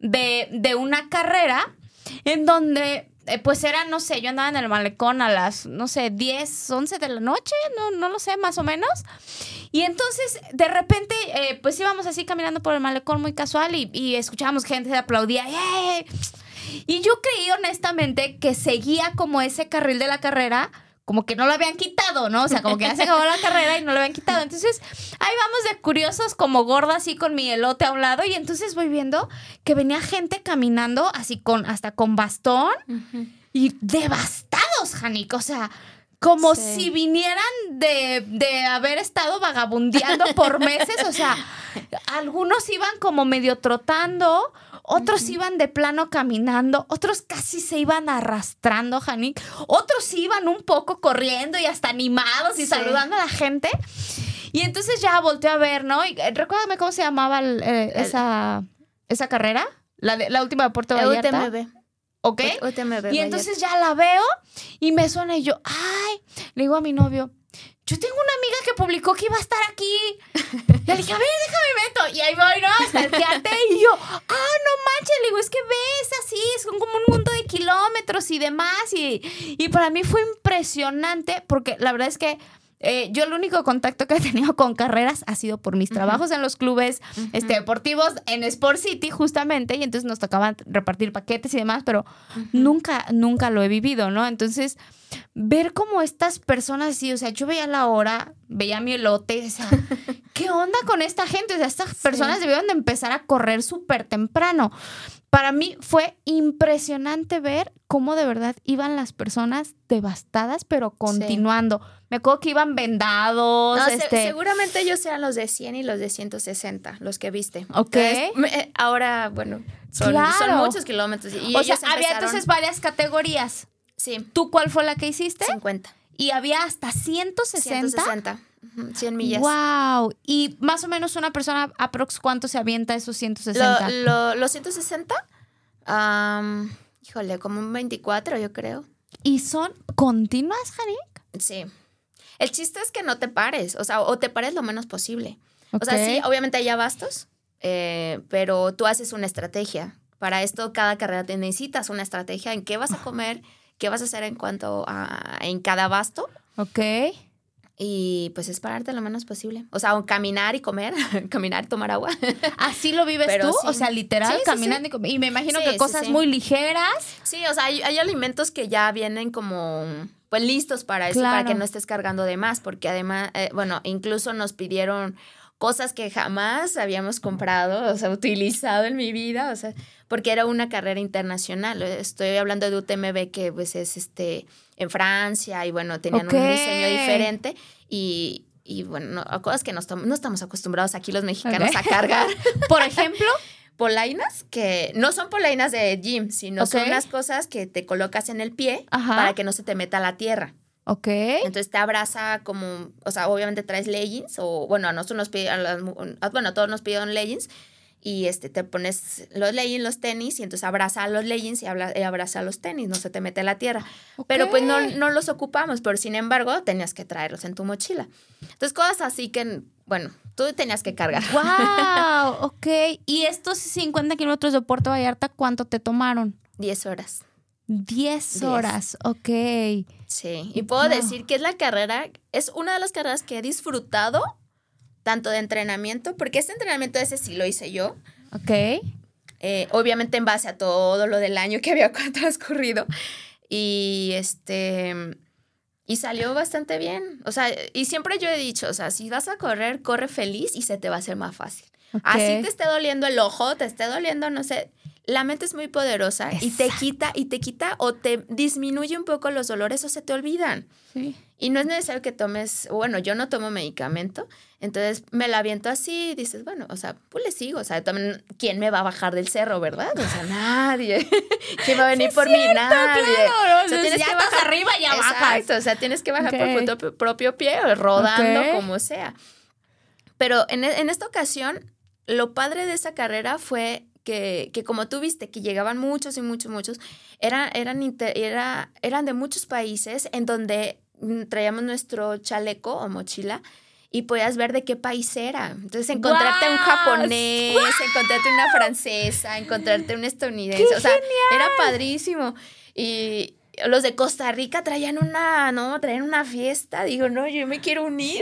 de una carrera en donde, pues era, no sé, yo andaba en el malecón a las, no sé, 10, 11 de la noche, no lo sé, más o menos. Y entonces, de repente, pues íbamos así caminando por el malecón muy casual y escuchábamos gente que aplaudía. ¡Ey! Y yo creí honestamente que seguía como ese carril de la carrera, como que no lo habían quitado, ¿no? O sea, como que ya se acabó la carrera y no lo habían quitado. Entonces, ahí vamos de curiosos como gorda, así con mi elote a un lado. Y entonces voy viendo que venía gente caminando así hasta con bastón y devastados, Janique. O sea, como si vinieran de haber estado vagabundeando por meses. O sea, algunos iban como medio trotando, otros iban de plano caminando, otros casi se iban arrastrando, Janique. Otros iban un poco corriendo y hasta animados y saludando a la gente. Y entonces ya volteé a ver, ¿no? Y recuérdame cómo se llamaba esa carrera, la última de Puerto Vallarta. UTMB. ¿Ok? UTMB, y entonces ya la veo y me suena y yo, le digo a mi novio, yo tengo una amiga que publicó que iba a estar aquí. Y le dije, a ver, déjame meto. Y ahí voy, ¿no? Hasta el teatro. Y yo, no manches. Le digo, es que ves así, son como un mundo de kilómetros y demás. Y para mí fue impresionante porque la verdad es que yo el único contacto que he tenido con carreras ha sido por mis trabajos en los clubes deportivos en Sport City justamente, y entonces nos tocaban repartir paquetes y demás, pero nunca lo he vivido, ¿no? Entonces, ver cómo estas personas así, o sea, yo veía la hora, veía mi elote y decía, ¿qué onda con esta gente? O sea, estas personas debieron de empezar a correr súper temprano. Para mí fue impresionante ver cómo de verdad iban las personas devastadas, pero continuando. Me acuerdo que iban vendados. Seguramente ellos eran los de 100 y los de 160, los que viste. Ok. Entonces, ahora, bueno, son muchos kilómetros. Y o sea, había entonces varias categorías. Sí. ¿Tú cuál fue la que hiciste? 50. Y había hasta 160. 160. 100 millas. ¡Wow! Y más o menos una persona, aprox, ¿cuánto se avienta esos 160? Los 160, híjole, como un 24, yo creo. ¿Y son continuas, Janique? Sí. El chiste es que no te pares, o sea, o te pares lo menos posible. Okay. O sea, sí, obviamente hay abastos, pero tú haces una estrategia. Para esto, cada carrera te necesitas una estrategia en qué vas a comer, qué vas a hacer en cada abasto. Ok. Y pues es pararte lo menos posible. O sea, caminar y comer, caminar y tomar agua. ¿Así lo vives Pero tú? sí. O sea, literal, Sí, sí, caminando sí. y me imagino Sí, que sí, cosas sí. muy ligeras. Sí, o sea, hay alimentos que ya vienen como pues listos para eso, Claro. para que no estés cargando de más, porque además, bueno, incluso nos pidieron cosas que jamás habíamos comprado, o sea, utilizado en mi vida, o sea, porque era una carrera internacional. Estoy hablando de UTMB, que pues es en Francia, y bueno, tenían Ok. un diseño diferente, y bueno, cosas que no estamos acostumbrados aquí los mexicanos a cargar. Por ejemplo, Polainas, que no son polainas de gym, sino Ok. son unas cosas que te colocas en el pie Ajá. para que no se te meta la tierra. ok. Entonces te abraza como, o sea, obviamente traes leggings, o bueno, a nosotros nos pidieron, bueno, a todos nos pidieron leggings, y te pones los leggings, los tenis, y entonces abraza a los leggings y abraza a los tenis, no se te mete la tierra. Ok. Pero pues no los ocupamos, pero sin embargo tenías que traerlos en tu mochila. Entonces cosas así que, bueno, tú tenías que cargar. ¡Wow! Ok. ¿Y estos 50 kilómetros de Puerto Vallarta cuánto te tomaron? 10 horas. 10 horas. Ok. Sí, y puedo Wow. decir que es una de las carreras que he disfrutado tanto de entrenamiento, porque este entrenamiento ese sí lo hice yo, Ok. obviamente en base a todo lo del año que había transcurrido, y y salió bastante bien. O sea, y siempre yo he dicho, o sea, si vas a correr, corre feliz y se te va a hacer más fácil. Ok. Así te esté doliendo el ojo, te esté doliendo, no sé. La mente es muy poderosa y te quita o te disminuye un poco los dolores o se te olvidan. Sí. Y no es necesario que tomes, bueno, yo no tomo medicamento, entonces me la aviento así y dices, bueno, o sea, pues le sigo, o sea, también, ¿quién me va a bajar del cerro, verdad? O sea, nadie. ¿Quién va a venir por mí? Nadie. Claro, O sea, tienes ya que estás bajar arriba, ya bajas. Exacto, o sea, tienes que bajar Ok. por tu propio pie, o rodando, Ok. como sea. Pero en esta ocasión, lo padre de esa carrera fue que como tú viste, que llegaban muchos y muchos, eran de muchos países en donde traíamos nuestro chaleco o mochila y podías ver de qué país era. Entonces, encontrarte a un japonés, encontrarte una francesa, encontrarte un estadounidense. O sea, era padrísimo. Y los de Costa Rica traían una fiesta. Digo, no, yo me quiero unir.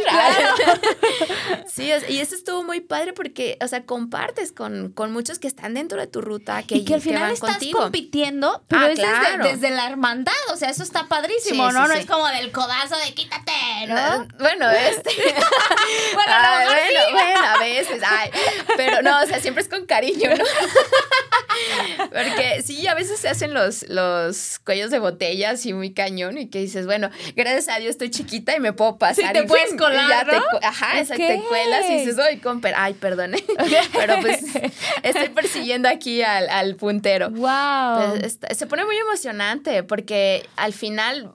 Sí, y eso estuvo muy padre porque, o sea, compartes con muchos que están dentro de tu ruta, que al final van estás contigo. compitiendo, pero es claro. desde la hermandad. O sea, eso está padrísimo, Sí, ¿no? sí, No sí. es como del codazo de quítate, ¿no? Bueno, Bueno, a lo mejor sí. bueno, a veces, pero no, o sea, siempre es con cariño, ¿no? Porque sí, a veces se hacen los cuellos de botella así muy cañón y que dices, bueno, gracias a Dios estoy chiquita y me puedo pasar. Sí, te y puedes ¡pum! colar, y ya ¿no? exacto, te cuelas y dices, ay, perdón. Pero pues estoy persiguiendo aquí al puntero. Wow. Pues, se pone muy emocionante porque al final,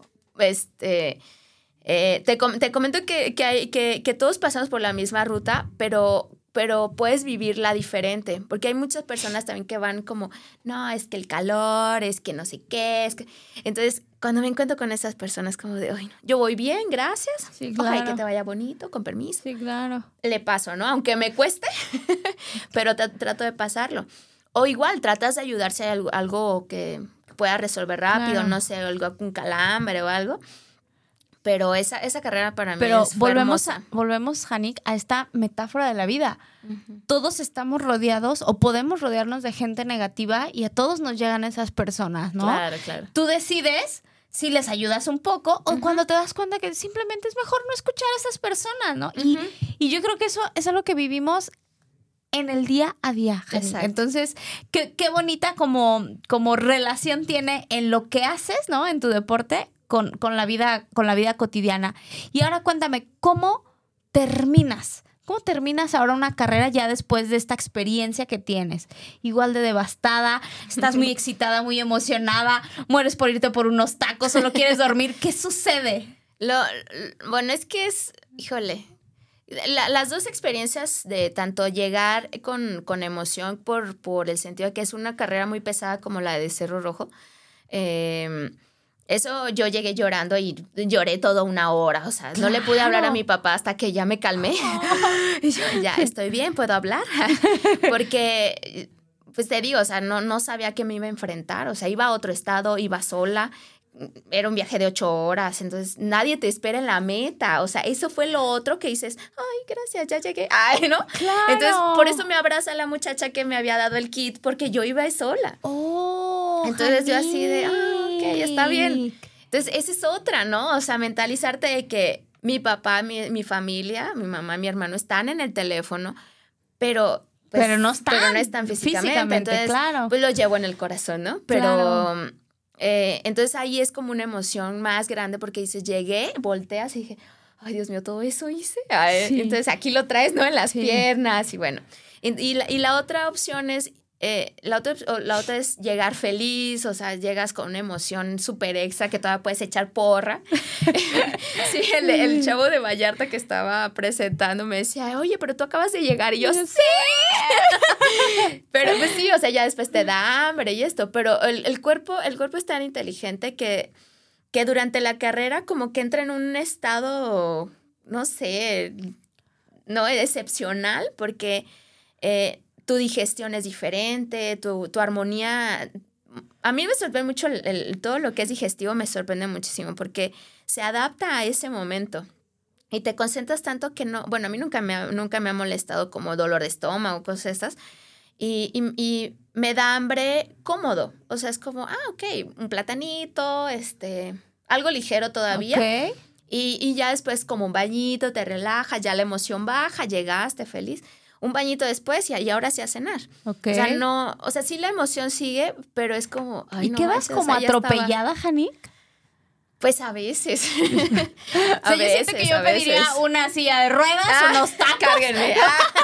te comento que todos pasamos por la misma ruta, pero puedes vivirla diferente, porque hay muchas personas también que van como, no, es que el calor, es que no sé qué, es que... Entonces, cuando me encuentro con esas personas como de, ay, no, yo voy bien, gracias, Sí, ojalá claro. que te vaya bonito, con permiso. Sí, claro. Le paso, ¿no? Aunque me cueste, pero trato de pasarlo. O igual, tratas de ayudarse a algo que pueda resolver rápido, Claro. no sé, algo, un calambre o algo. Pero esa carrera para mí Pero fue hermosa. volvemos, Janik, a esta metáfora de la vida. Ujú. Todos estamos rodeados o podemos rodearnos de gente negativa y a todos nos llegan esas personas, ¿no? Claro, claro. Tú decides si les ayudas un poco o cuando te das cuenta que simplemente es mejor no escuchar a esas personas, ¿no? Y yo creo que eso es algo que vivimos en el día a día, Janik. Exacto. Entonces, qué bonita como relación tiene en lo que haces, ¿no? En tu deporte con la vida cotidiana. Y ahora cuéntame, ¿cómo terminas? ¿Cómo terminas ahora una carrera ya después de esta experiencia que tienes? Igual de devastada, estás muy excitada, muy emocionada, mueres por irte por unos tacos, solo quieres dormir. ¿Qué sucede? Bueno, es que híjole, las dos experiencias de tanto llegar con emoción por el sentido de que es una carrera muy pesada como la de Cerro Rojo, eso yo llegué llorando y lloré toda una hora, o sea, no le pude hablar a mi papá hasta que ya me calmé. Y yo, ya estoy bien, puedo hablar. Porque, pues te digo, o sea, no sabía que me iba a enfrentar, o sea, iba a otro estado, iba sola, era un viaje de 8 horas, entonces nadie te espera en la meta. O sea, eso fue lo otro que dices, ay, gracias, ya llegué. Ay, ¿no? Claro. Entonces, por eso me abraza la muchacha que me había dado el kit, porque yo iba sola. Oh, entonces yo así de, ok, está bien. Entonces, esa es otra, ¿no? O sea, mentalizarte de que mi papá, mi familia, mi mamá, mi hermano están en el teléfono, pero... Pues, pero no están físicamente. Entonces, claro. Pues lo llevo en el corazón, ¿no? Pero... Claro. Entonces ahí es como una emoción más grande porque dices, llegué, volteas y dije, ay, Dios mío, todo eso hice. Sí. Entonces aquí lo traes, ¿no? En las piernas y bueno. Y la otra opción es, la otra es llegar feliz, o sea, llegas con una emoción súper extra que todavía puedes echar porra. Sí, el chavo de Vallarta que estaba presentando me decía, oye, pero tú acabas de llegar. Y yo, ¡sí! Pero pues sí, o sea, ya después te da hambre y esto, pero el cuerpo es tan inteligente que durante la carrera como que entra en un estado, no sé, no excepcional, porque tu digestión es diferente, tu armonía. A mí me sorprende mucho todo lo que es digestivo, me sorprende muchísimo porque se adapta a ese momento. Y te concentras tanto que no... Bueno, a mí nunca me ha molestado como dolor de estómago, cosas estas. Y me da hambre cómodo. O sea, es como, ok, un platanito, algo ligero todavía. Ok. Y ya después como un bañito, te relaja, ya la emoción baja, llegaste feliz. Un bañito después y ahora sí a cenar. Okay. O sea, no... O sea, sí la emoción sigue, pero es como... Ay, ¿y no, quedas como atropellada, Janik? Pues a veces. Yo siento que yo pediría una silla de ruedas, unos tacos. Cárguenme.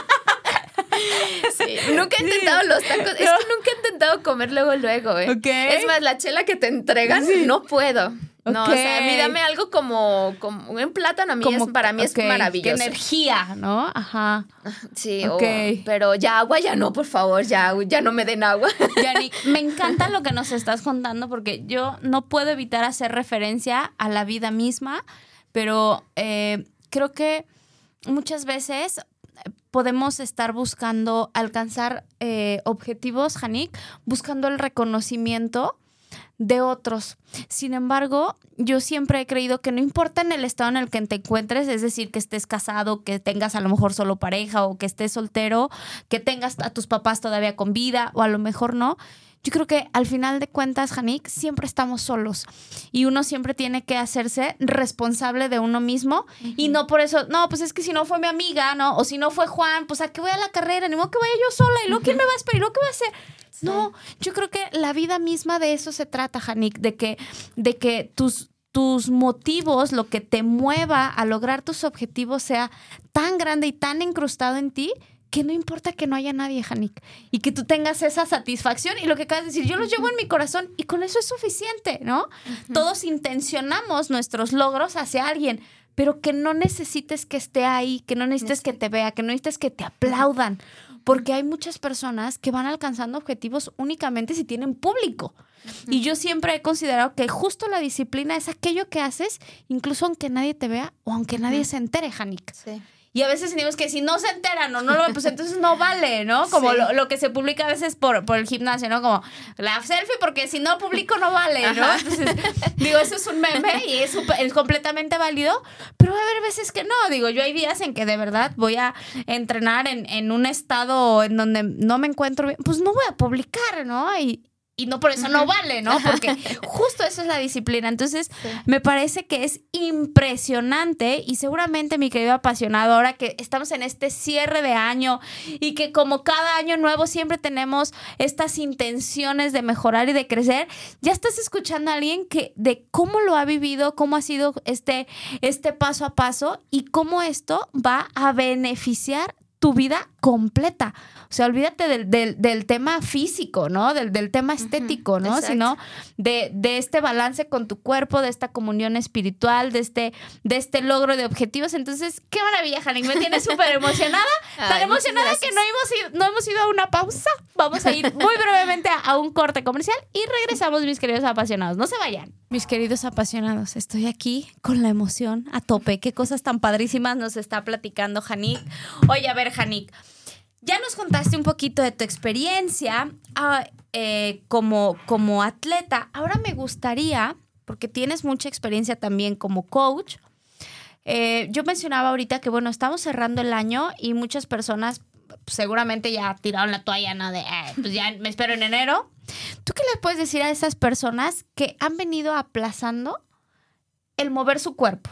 Sí, nunca he intentado los tacos. Es que nunca he intentado comer luego, ¿eh? Okay. Es más, la chela que te entregan, no puedo. No, o sea, a mí dame algo como un plátano, para mí es maravilloso. Qué energía, ¿no? Ajá. Sí, pero ya agua, ya no, por favor, ya no me den agua. Yani, me encanta lo que nos estás contando porque yo no puedo evitar hacer referencia a la vida misma, pero creo que muchas veces podemos estar buscando alcanzar objetivos, Janik, buscando el reconocimiento de otros. Sin embargo, yo siempre he creído que no importa en el estado en el que te encuentres, es decir, que estés casado, que tengas a lo mejor solo pareja o que estés soltero, que tengas a tus papás todavía con vida o a lo mejor no. Yo creo que al final de cuentas, Janik, siempre estamos solos y uno siempre tiene que hacerse responsable de uno mismo y no por eso, no, pues es que si no fue mi amiga, ¿no? O si no fue Juan, pues a qué voy a la carrera, ni modo que vaya yo sola y luego ¿quién me va a esperar? ¿Y luego qué voy a hacer? Sí. No, yo creo que la vida misma de eso se trata, Janik, de que tus motivos, lo que te mueva a lograr tus objetivos sea tan grande y tan incrustado en ti que no importa que no haya nadie, Janik, y que tú tengas esa satisfacción y lo que acabas de decir, yo los llevo en mi corazón y con eso es suficiente, ¿no? Todos intencionamos nuestros logros hacia alguien, pero que no necesites que esté ahí, que no necesites que te vea, que no necesites que te aplaudan, porque hay muchas personas que van alcanzando objetivos únicamente si tienen público. Y yo siempre he considerado que justo la disciplina es aquello que haces, incluso aunque nadie te vea o aunque nadie se entere, Janik. Sí. Y a veces decimos que si no se enteran o no lo ven, pues entonces no vale, ¿no? Como sí. lo que se publica a veces por el gimnasio, ¿no? Como la selfie, porque si no publico no vale, ¿no? Ajá. Entonces, digo, eso es un meme y es completamente válido, pero va a haber veces que no. Digo, yo hay días en que de verdad voy a entrenar en un estado en donde no me encuentro bien, pues no voy a publicar, ¿no? Y no por eso no vale, ¿no? Porque justo eso es la disciplina. Entonces, me parece que es impresionante y seguramente, mi querido apasionado, ahora que estamos en este cierre de año y que como cada año nuevo siempre tenemos estas intenciones de mejorar y de crecer, ya estás escuchando a alguien de cómo lo ha vivido, cómo ha sido este paso a paso y cómo esto va a beneficiar tu vida completa. O sea, olvídate del tema físico, ¿no? Del tema estético, ¿no? Exacto. Sino de este balance con tu cuerpo, de esta comunión espiritual, de este logro de objetivos. Entonces, qué maravilla, Janik. Me tienes súper emocionada. Tan emocionada que no hemos ido a una pausa. Vamos a ir muy brevemente a un corte comercial y regresamos, mis queridos apasionados. No se vayan. Mis queridos apasionados, estoy aquí con la emoción a tope. Qué cosas tan padrísimas nos está platicando Janik. Oye, a ver, Janik, ya nos contaste un poquito de tu experiencia como atleta. Ahora me gustaría porque tienes mucha experiencia también como coach. Yo mencionaba ahorita que, bueno, estamos cerrando el año y muchas personas seguramente ya tiraron la toalla, ¿no? De, pues ya me espero en enero. ¿Tú qué les puedes decir a esas personas que han venido aplazando el mover su cuerpo?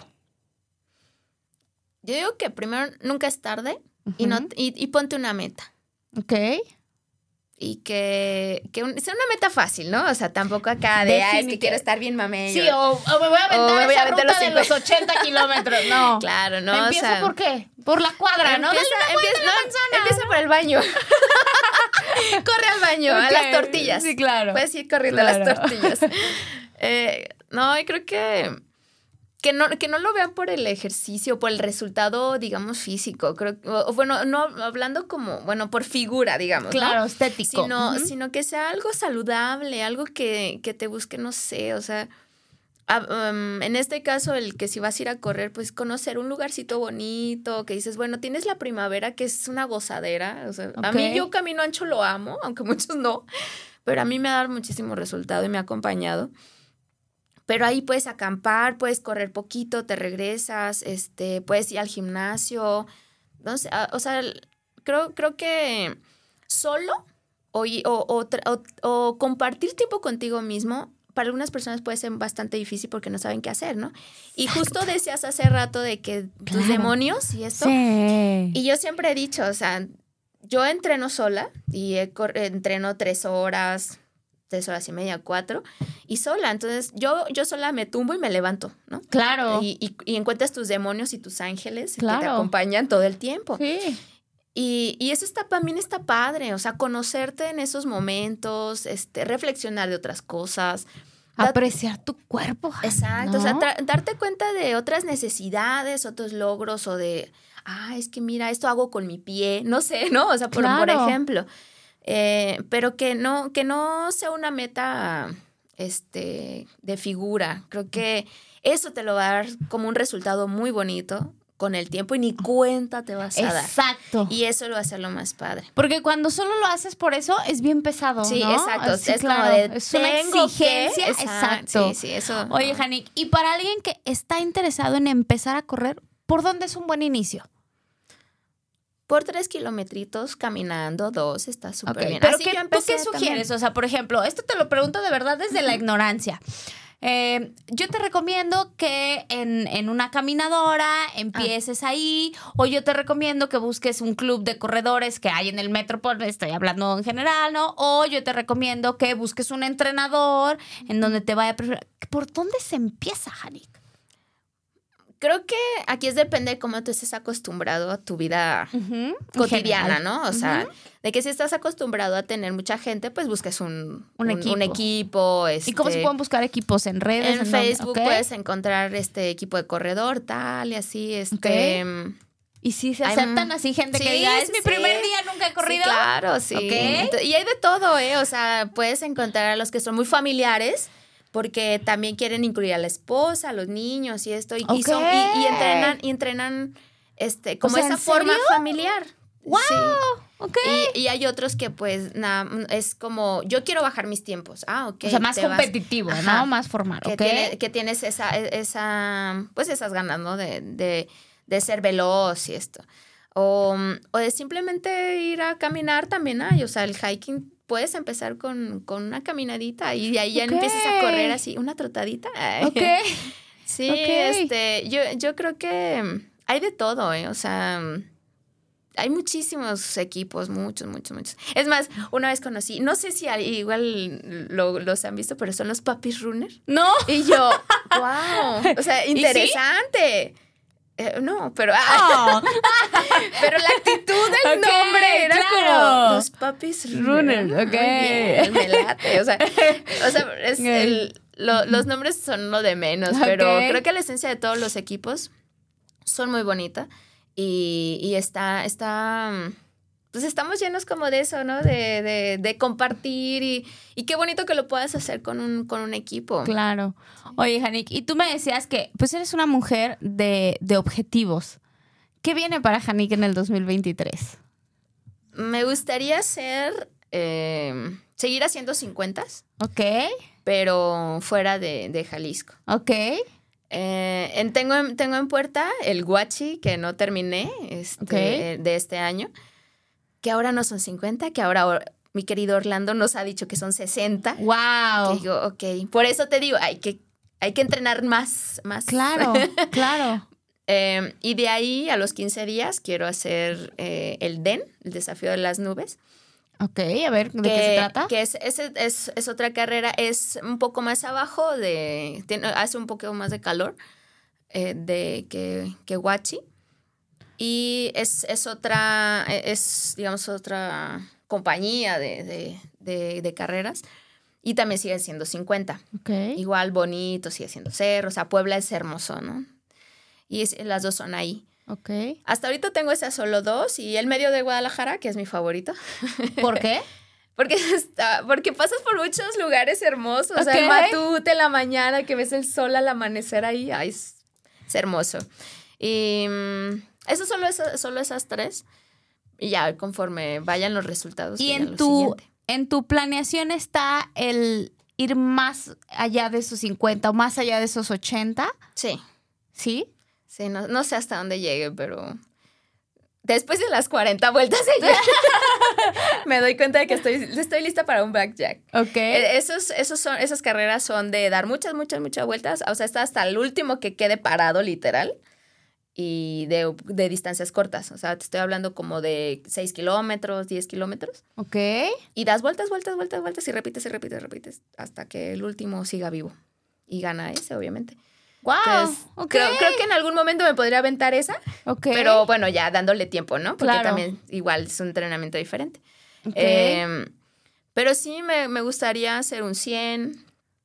Yo digo que primero nunca es tarde y ponte una meta. Ok. Y que sea una meta fácil, ¿no? O sea, tampoco acá de, es que quiero estar bien mamello. Sí, o me voy a aventar esa ruta de los 80 kilómetros. No. Claro, no. ¿Empieza por qué? Por la cuadra, ¿no? Empieza por el baño. Corre al baño, a las tortillas. Sí, claro. Puedes ir corriendo a las tortillas. No, y creo que no lo vean por el ejercicio, por el resultado, digamos, físico. Creo, bueno, no hablando como, bueno, por figura, digamos. Claro, ¿no? estético. Sino que sea algo saludable, algo que te busque, no sé, o sea, en este caso, el que si vas a ir a correr, pues conocer un lugarcito bonito, que dices, bueno, tienes la primavera, que es una gozadera. O sea, a mí yo camino ancho lo amo, aunque muchos no, pero a mí me ha dado muchísimo resultado y me ha acompañado. Pero ahí puedes acampar, puedes correr poquito, te regresas, puedes ir al gimnasio. No sé, o sea, creo que solo o compartir tiempo contigo mismo, para algunas personas puede ser bastante difícil porque no saben qué hacer, ¿no? Y justo decías hace rato de que tus demonios y esto. Sí. Y yo siempre he dicho, o sea, yo entreno sola y entreno 3 horas... 3 horas y media, 4, y sola. Entonces, yo sola me tumbo y me levanto, ¿no? Claro. Y encuentras tus demonios y tus ángeles claro. que te acompañan todo el tiempo. Sí. Y eso también está padre, o sea, conocerte en esos momentos, reflexionar de otras cosas. Apreciar tu cuerpo. Exacto, ¿no? O sea, darte cuenta de otras necesidades, otros logros, o de, es que mira, esto hago con mi pie, no sé, ¿no? O sea, por ejemplo... pero que no sea una meta de figura. Creo que eso te lo va a dar como un resultado muy bonito con el tiempo y ni cuenta te vas a dar. Exacto. Y eso lo va a hacer lo más padre. Porque cuando solo lo haces por eso es bien pesado, sí, ¿no? Exacto. Sí, es como de, es una exigencia. Exacto. Sí, eso. Oye, Janik, y para alguien que está interesado en empezar a correr, ¿por dónde es un buen inicio? Por 3 kilometritos caminando, 2, está súper bien. Pero ¿tú qué sugieres? O sea, por ejemplo, esto te lo pregunto de verdad desde la ignorancia. Yo te recomiendo que en una caminadora empieces ahí, o yo te recomiendo que busques un club de corredores que hay en el Metrópol, estoy hablando en general, ¿no? O yo te recomiendo que busques un entrenador en donde te vaya a preferir. ¿Por dónde se empieza, Janik? Creo que aquí depende de cómo tú estés acostumbrado a tu vida cotidiana, ¿no? O sea, de que si estás acostumbrado a tener mucha gente, pues busques un equipo. ¿Y cómo se pueden buscar equipos en redes? En Facebook puedes encontrar equipo de corredor, tal, y así, ¿Y si se aceptan así gente que diga, es mi primer día, nunca he corrido? Sí, claro, sí. Y hay de todo, O sea, puedes encontrar a los que son muy familiares, porque también quieren incluir a la esposa, a los niños y esto. Y entrenan como esa forma familiar. ¡Wow! Sí. Ok. Y hay otros que pues es como, yo quiero bajar mis tiempos. Ok. O sea, más competitivo, ¿no? Más formal, que tienes pues esas ganas, ¿no? De ser veloz y esto. O de simplemente ir a caminar también hay. O sea, el hiking puedes empezar con una caminadita y de ahí ya empiezas a correr así, una trotadita. Ok. Sí, yo creo que hay de todo, O sea, hay muchísimos equipos, muchos. Es más, una vez conocí, no sé si igual los han visto, pero son los Puppies Runner. No. Y yo, wow, o sea, interesante. No, pero pero la actitud del nombre era como los Puppies Runners. Ok. Me late. O sea los nombres son lo de menos, pero creo que la esencia de todos los equipos son muy bonitas y pues estamos llenos como de eso, ¿no? De compartir y qué bonito que lo puedas hacer con un equipo. Claro. Oye, Janik, y tú me decías que pues eres una mujer de objetivos. ¿Qué viene para Janik en el 2023? Me gustaría ser seguir haciendo 50s, Ok. pero fuera de Jalisco. Ok. Tengo en puerta el Huachi, que no terminé de este año, que ahora no son 50, que ahora mi querido Orlando nos ha dicho que son 60. ¡Wow! Que digo, ok, por eso te digo, hay que entrenar más. Claro, claro. Y de ahí a los 15 días quiero hacer el DEN, el desafío de las nubes. Ok, a ver, ¿de qué se trata? Que es otra carrera, es un poco más abajo, hace un poco más de calor que Huachi. Y es otra compañía de carreras. Y también sigue siendo 50. Okay. Igual bonito, sigue siendo cerro. O sea, Puebla es hermoso, ¿no? Y las dos son ahí. Ok. Hasta ahorita tengo esas solo 2 y el medio de Guadalajara, que es mi favorito. ¿Por qué? Porque pasas por muchos lugares hermosos. Okay. O sea, el Matute en la mañana, que ves el sol al amanecer ahí. Ay, es hermoso. Y eso solo esas 3. Y ya, conforme vayan los resultados. Y en tu planeación está el ir más allá de esos 50 o más allá de esos 80. Sí. ¿Sí? Sí, no sé hasta dónde llegue, pero después de las 40 vueltas me doy cuenta de que estoy lista para un blackjack. Ok. Esas carreras son de dar muchas vueltas. O sea, está hasta el último que quede parado, literal. Y de distancias cortas. O sea, te estoy hablando como de 6 kilómetros, 10 kilómetros. Ok. Y das vueltas y repites hasta que el último siga vivo. Y gana ese, obviamente. ¡Wow! Entonces, Okay. creo que en algún momento me podría aventar esa. Ok. Pero bueno, ya dándole tiempo, ¿no? Porque claro. también igual es un entrenamiento diferente. Okay. Pero sí me gustaría hacer un 100.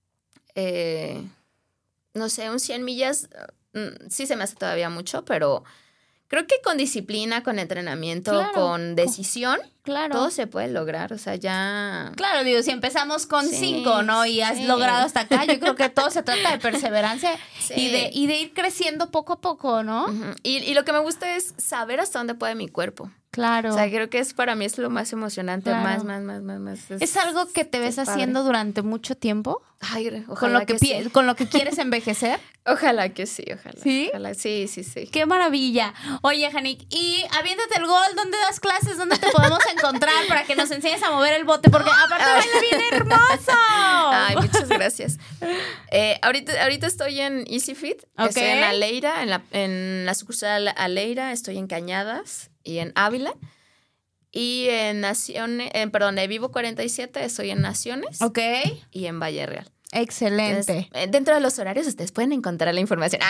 No sé, un 100 millas. Sí se me hace todavía mucho, pero creo que con disciplina, con entrenamiento, claro. con decisión, claro. todo se puede lograr. O sea, ya... Claro, digo, si empezamos con 5, ¿no? Y has logrado hasta acá, yo creo que todo se trata de perseverancia y de ir creciendo poco a poco, ¿no? Uh-huh. Y lo que me gusta es saber hasta dónde puede mi cuerpo. Claro. O sea, creo que para mí es lo más emocionante, claro. más. ¿Es algo que te ves haciendo durante mucho tiempo? Ay, ojalá ¿Con lo que quieres envejecer? Ojalá que sí, ojalá. ¿Sí? Ojalá, sí. ¡Qué maravilla! Oye, Janik, y aviéntate el gol, ¿dónde das clases? ¿Dónde te podemos encontrar para que nos enseñes a mover el bote? Porque aparte baila bien hermoso. Ay, muchas gracias. Ahorita estoy en Easy Fit. Okay. Estoy en Aleira, en la sucursal Aleira, estoy en Cañadas y en Ávila. Y en Vivo 47 estoy en Naciones. Ok. Y en Valle Real. Excelente. Entonces, dentro de los horarios ustedes pueden encontrar la información.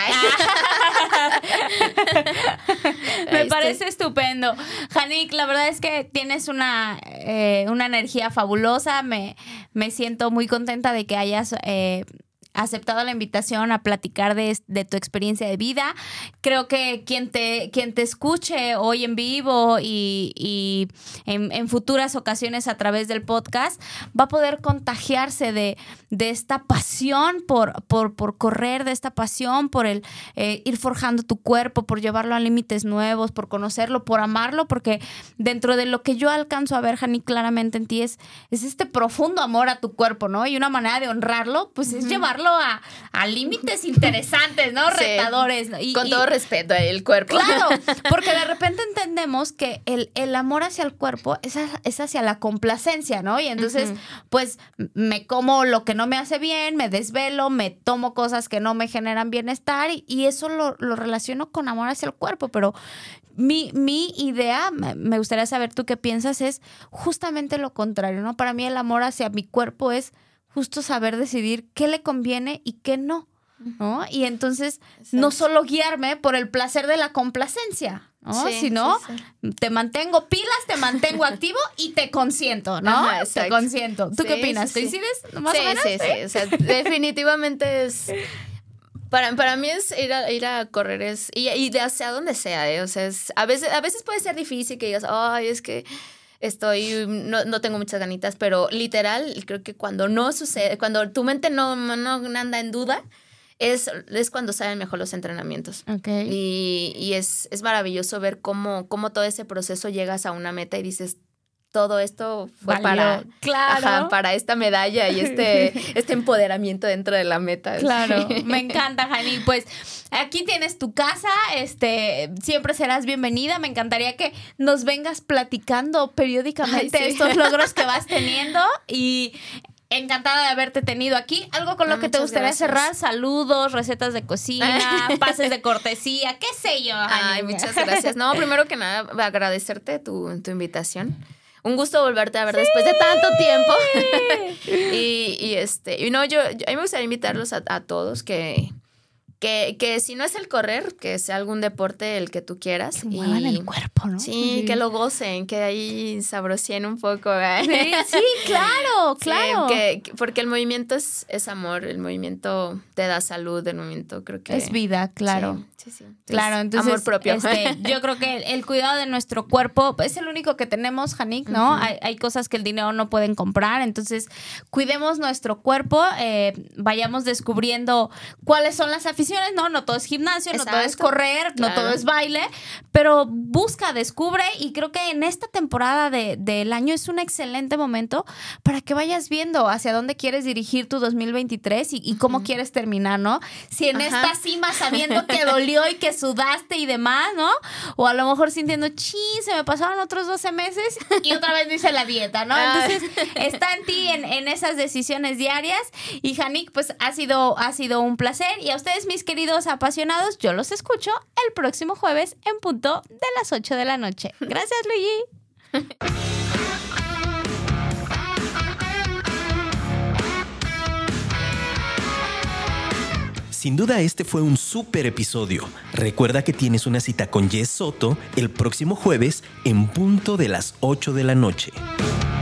Me parece estupendo. Janik, la verdad es que tienes una energía fabulosa. Me siento muy contenta de que hayas aceptado la invitación a platicar de tu experiencia de vida. Creo que quien te escuche hoy en vivo y en futuras ocasiones a través del podcast va a poder contagiarse de esta pasión por correr, de esta pasión por el ir forjando tu cuerpo, por llevarlo a límites nuevos, por conocerlo, por amarlo, porque dentro de lo que yo alcanzo a ver, Janik, claramente en ti es este profundo amor a tu cuerpo, ¿no? Y una manera de honrarlo, pues es llevarlo a límites interesantes, ¿no? Sí. Retadores. Con todo respeto el cuerpo. Claro, porque de repente entendemos que el amor hacia el cuerpo es hacia la complacencia, ¿no? Y entonces, pues, me como lo que no me hace bien, me desvelo, me tomo cosas que no me generan bienestar y eso lo relaciono con amor hacia el cuerpo, pero mi idea, me gustaría saber tú qué piensas, es justamente lo contrario, ¿no? Para mí el amor hacia mi cuerpo es justo saber decidir qué le conviene y qué no, ¿no? Y entonces no solo guiarme por el placer de la complacencia, ¿no? Sino te mantengo pilas, te mantengo activo y te consiento, ¿no? Ajá, te consiento. ¿Tú qué opinas? ¿Coincides más o menos? Sí. O sea, definitivamente es... Para mí es ir a correr y de hacia donde sea, ¿eh? O sea, a veces puede ser difícil que digas, ay, es que no tengo muchas ganitas, pero literal, creo que cuando no sucede, cuando tu mente no anda en duda, es cuando salen mejor los entrenamientos. Okay. Y es maravilloso ver cómo todo ese proceso llegas a una meta y dices, todo esto fue Valió. Claro. para esta medalla y este empoderamiento dentro de la meta. Claro, me encanta, Jani. Pues aquí tienes tu casa, siempre serás bienvenida. Me encantaría que nos vengas platicando periódicamente estos logros que vas teniendo y encantada de haberte tenido aquí. ¿Algo con lo que te gustaría cerrar? Saludos, recetas de cocina, pases de cortesía, qué sé yo, Jani. Ay, muchas gracias. No, primero que nada, agradecerte tu invitación. Un gusto volverte a ver después de tanto tiempo. y no, yo a mí me gustaría invitarlos a todos que si no es el correr, que sea algún deporte el que tú quieras. Que muevan el cuerpo, ¿no? Sí, que lo gocen, que ahí sabroseen un poco. Sí, claro. Sí, porque el movimiento es amor, el movimiento te da salud, el movimiento creo que... Es vida, claro. Sí. Claro, entonces amor propio. Yo creo que el cuidado de nuestro cuerpo es el único que tenemos, Janik, ¿no? Uh-huh. Hay cosas que el dinero no pueden comprar, entonces cuidemos nuestro cuerpo, vayamos descubriendo cuáles son las aficiones, ¿no? No todo es gimnasio, no todo es correr, no todo es baile, pero busca, descubre, y creo que en esta temporada del año es un excelente momento para que vayas viendo hacia dónde quieres dirigir tu 2023 y cómo quieres terminar, ¿no? Si en esta cima sabiendo que dolió y que sudaste y demás, ¿no? O a lo mejor sintiendo, se me pasaron otros 12 meses y otra vez no hice la dieta, ¿no? Entonces, está en ti en esas decisiones diarias. Y Janik, pues ha sido un placer. Y a ustedes, mis queridos apasionados, yo los escucho el próximo jueves en punto de las 8 de la noche. Gracias, Luigi. Sin duda este fue un súper episodio. Recuerda que tienes una cita con Jess Soto el próximo jueves en punto de las 8 de la noche.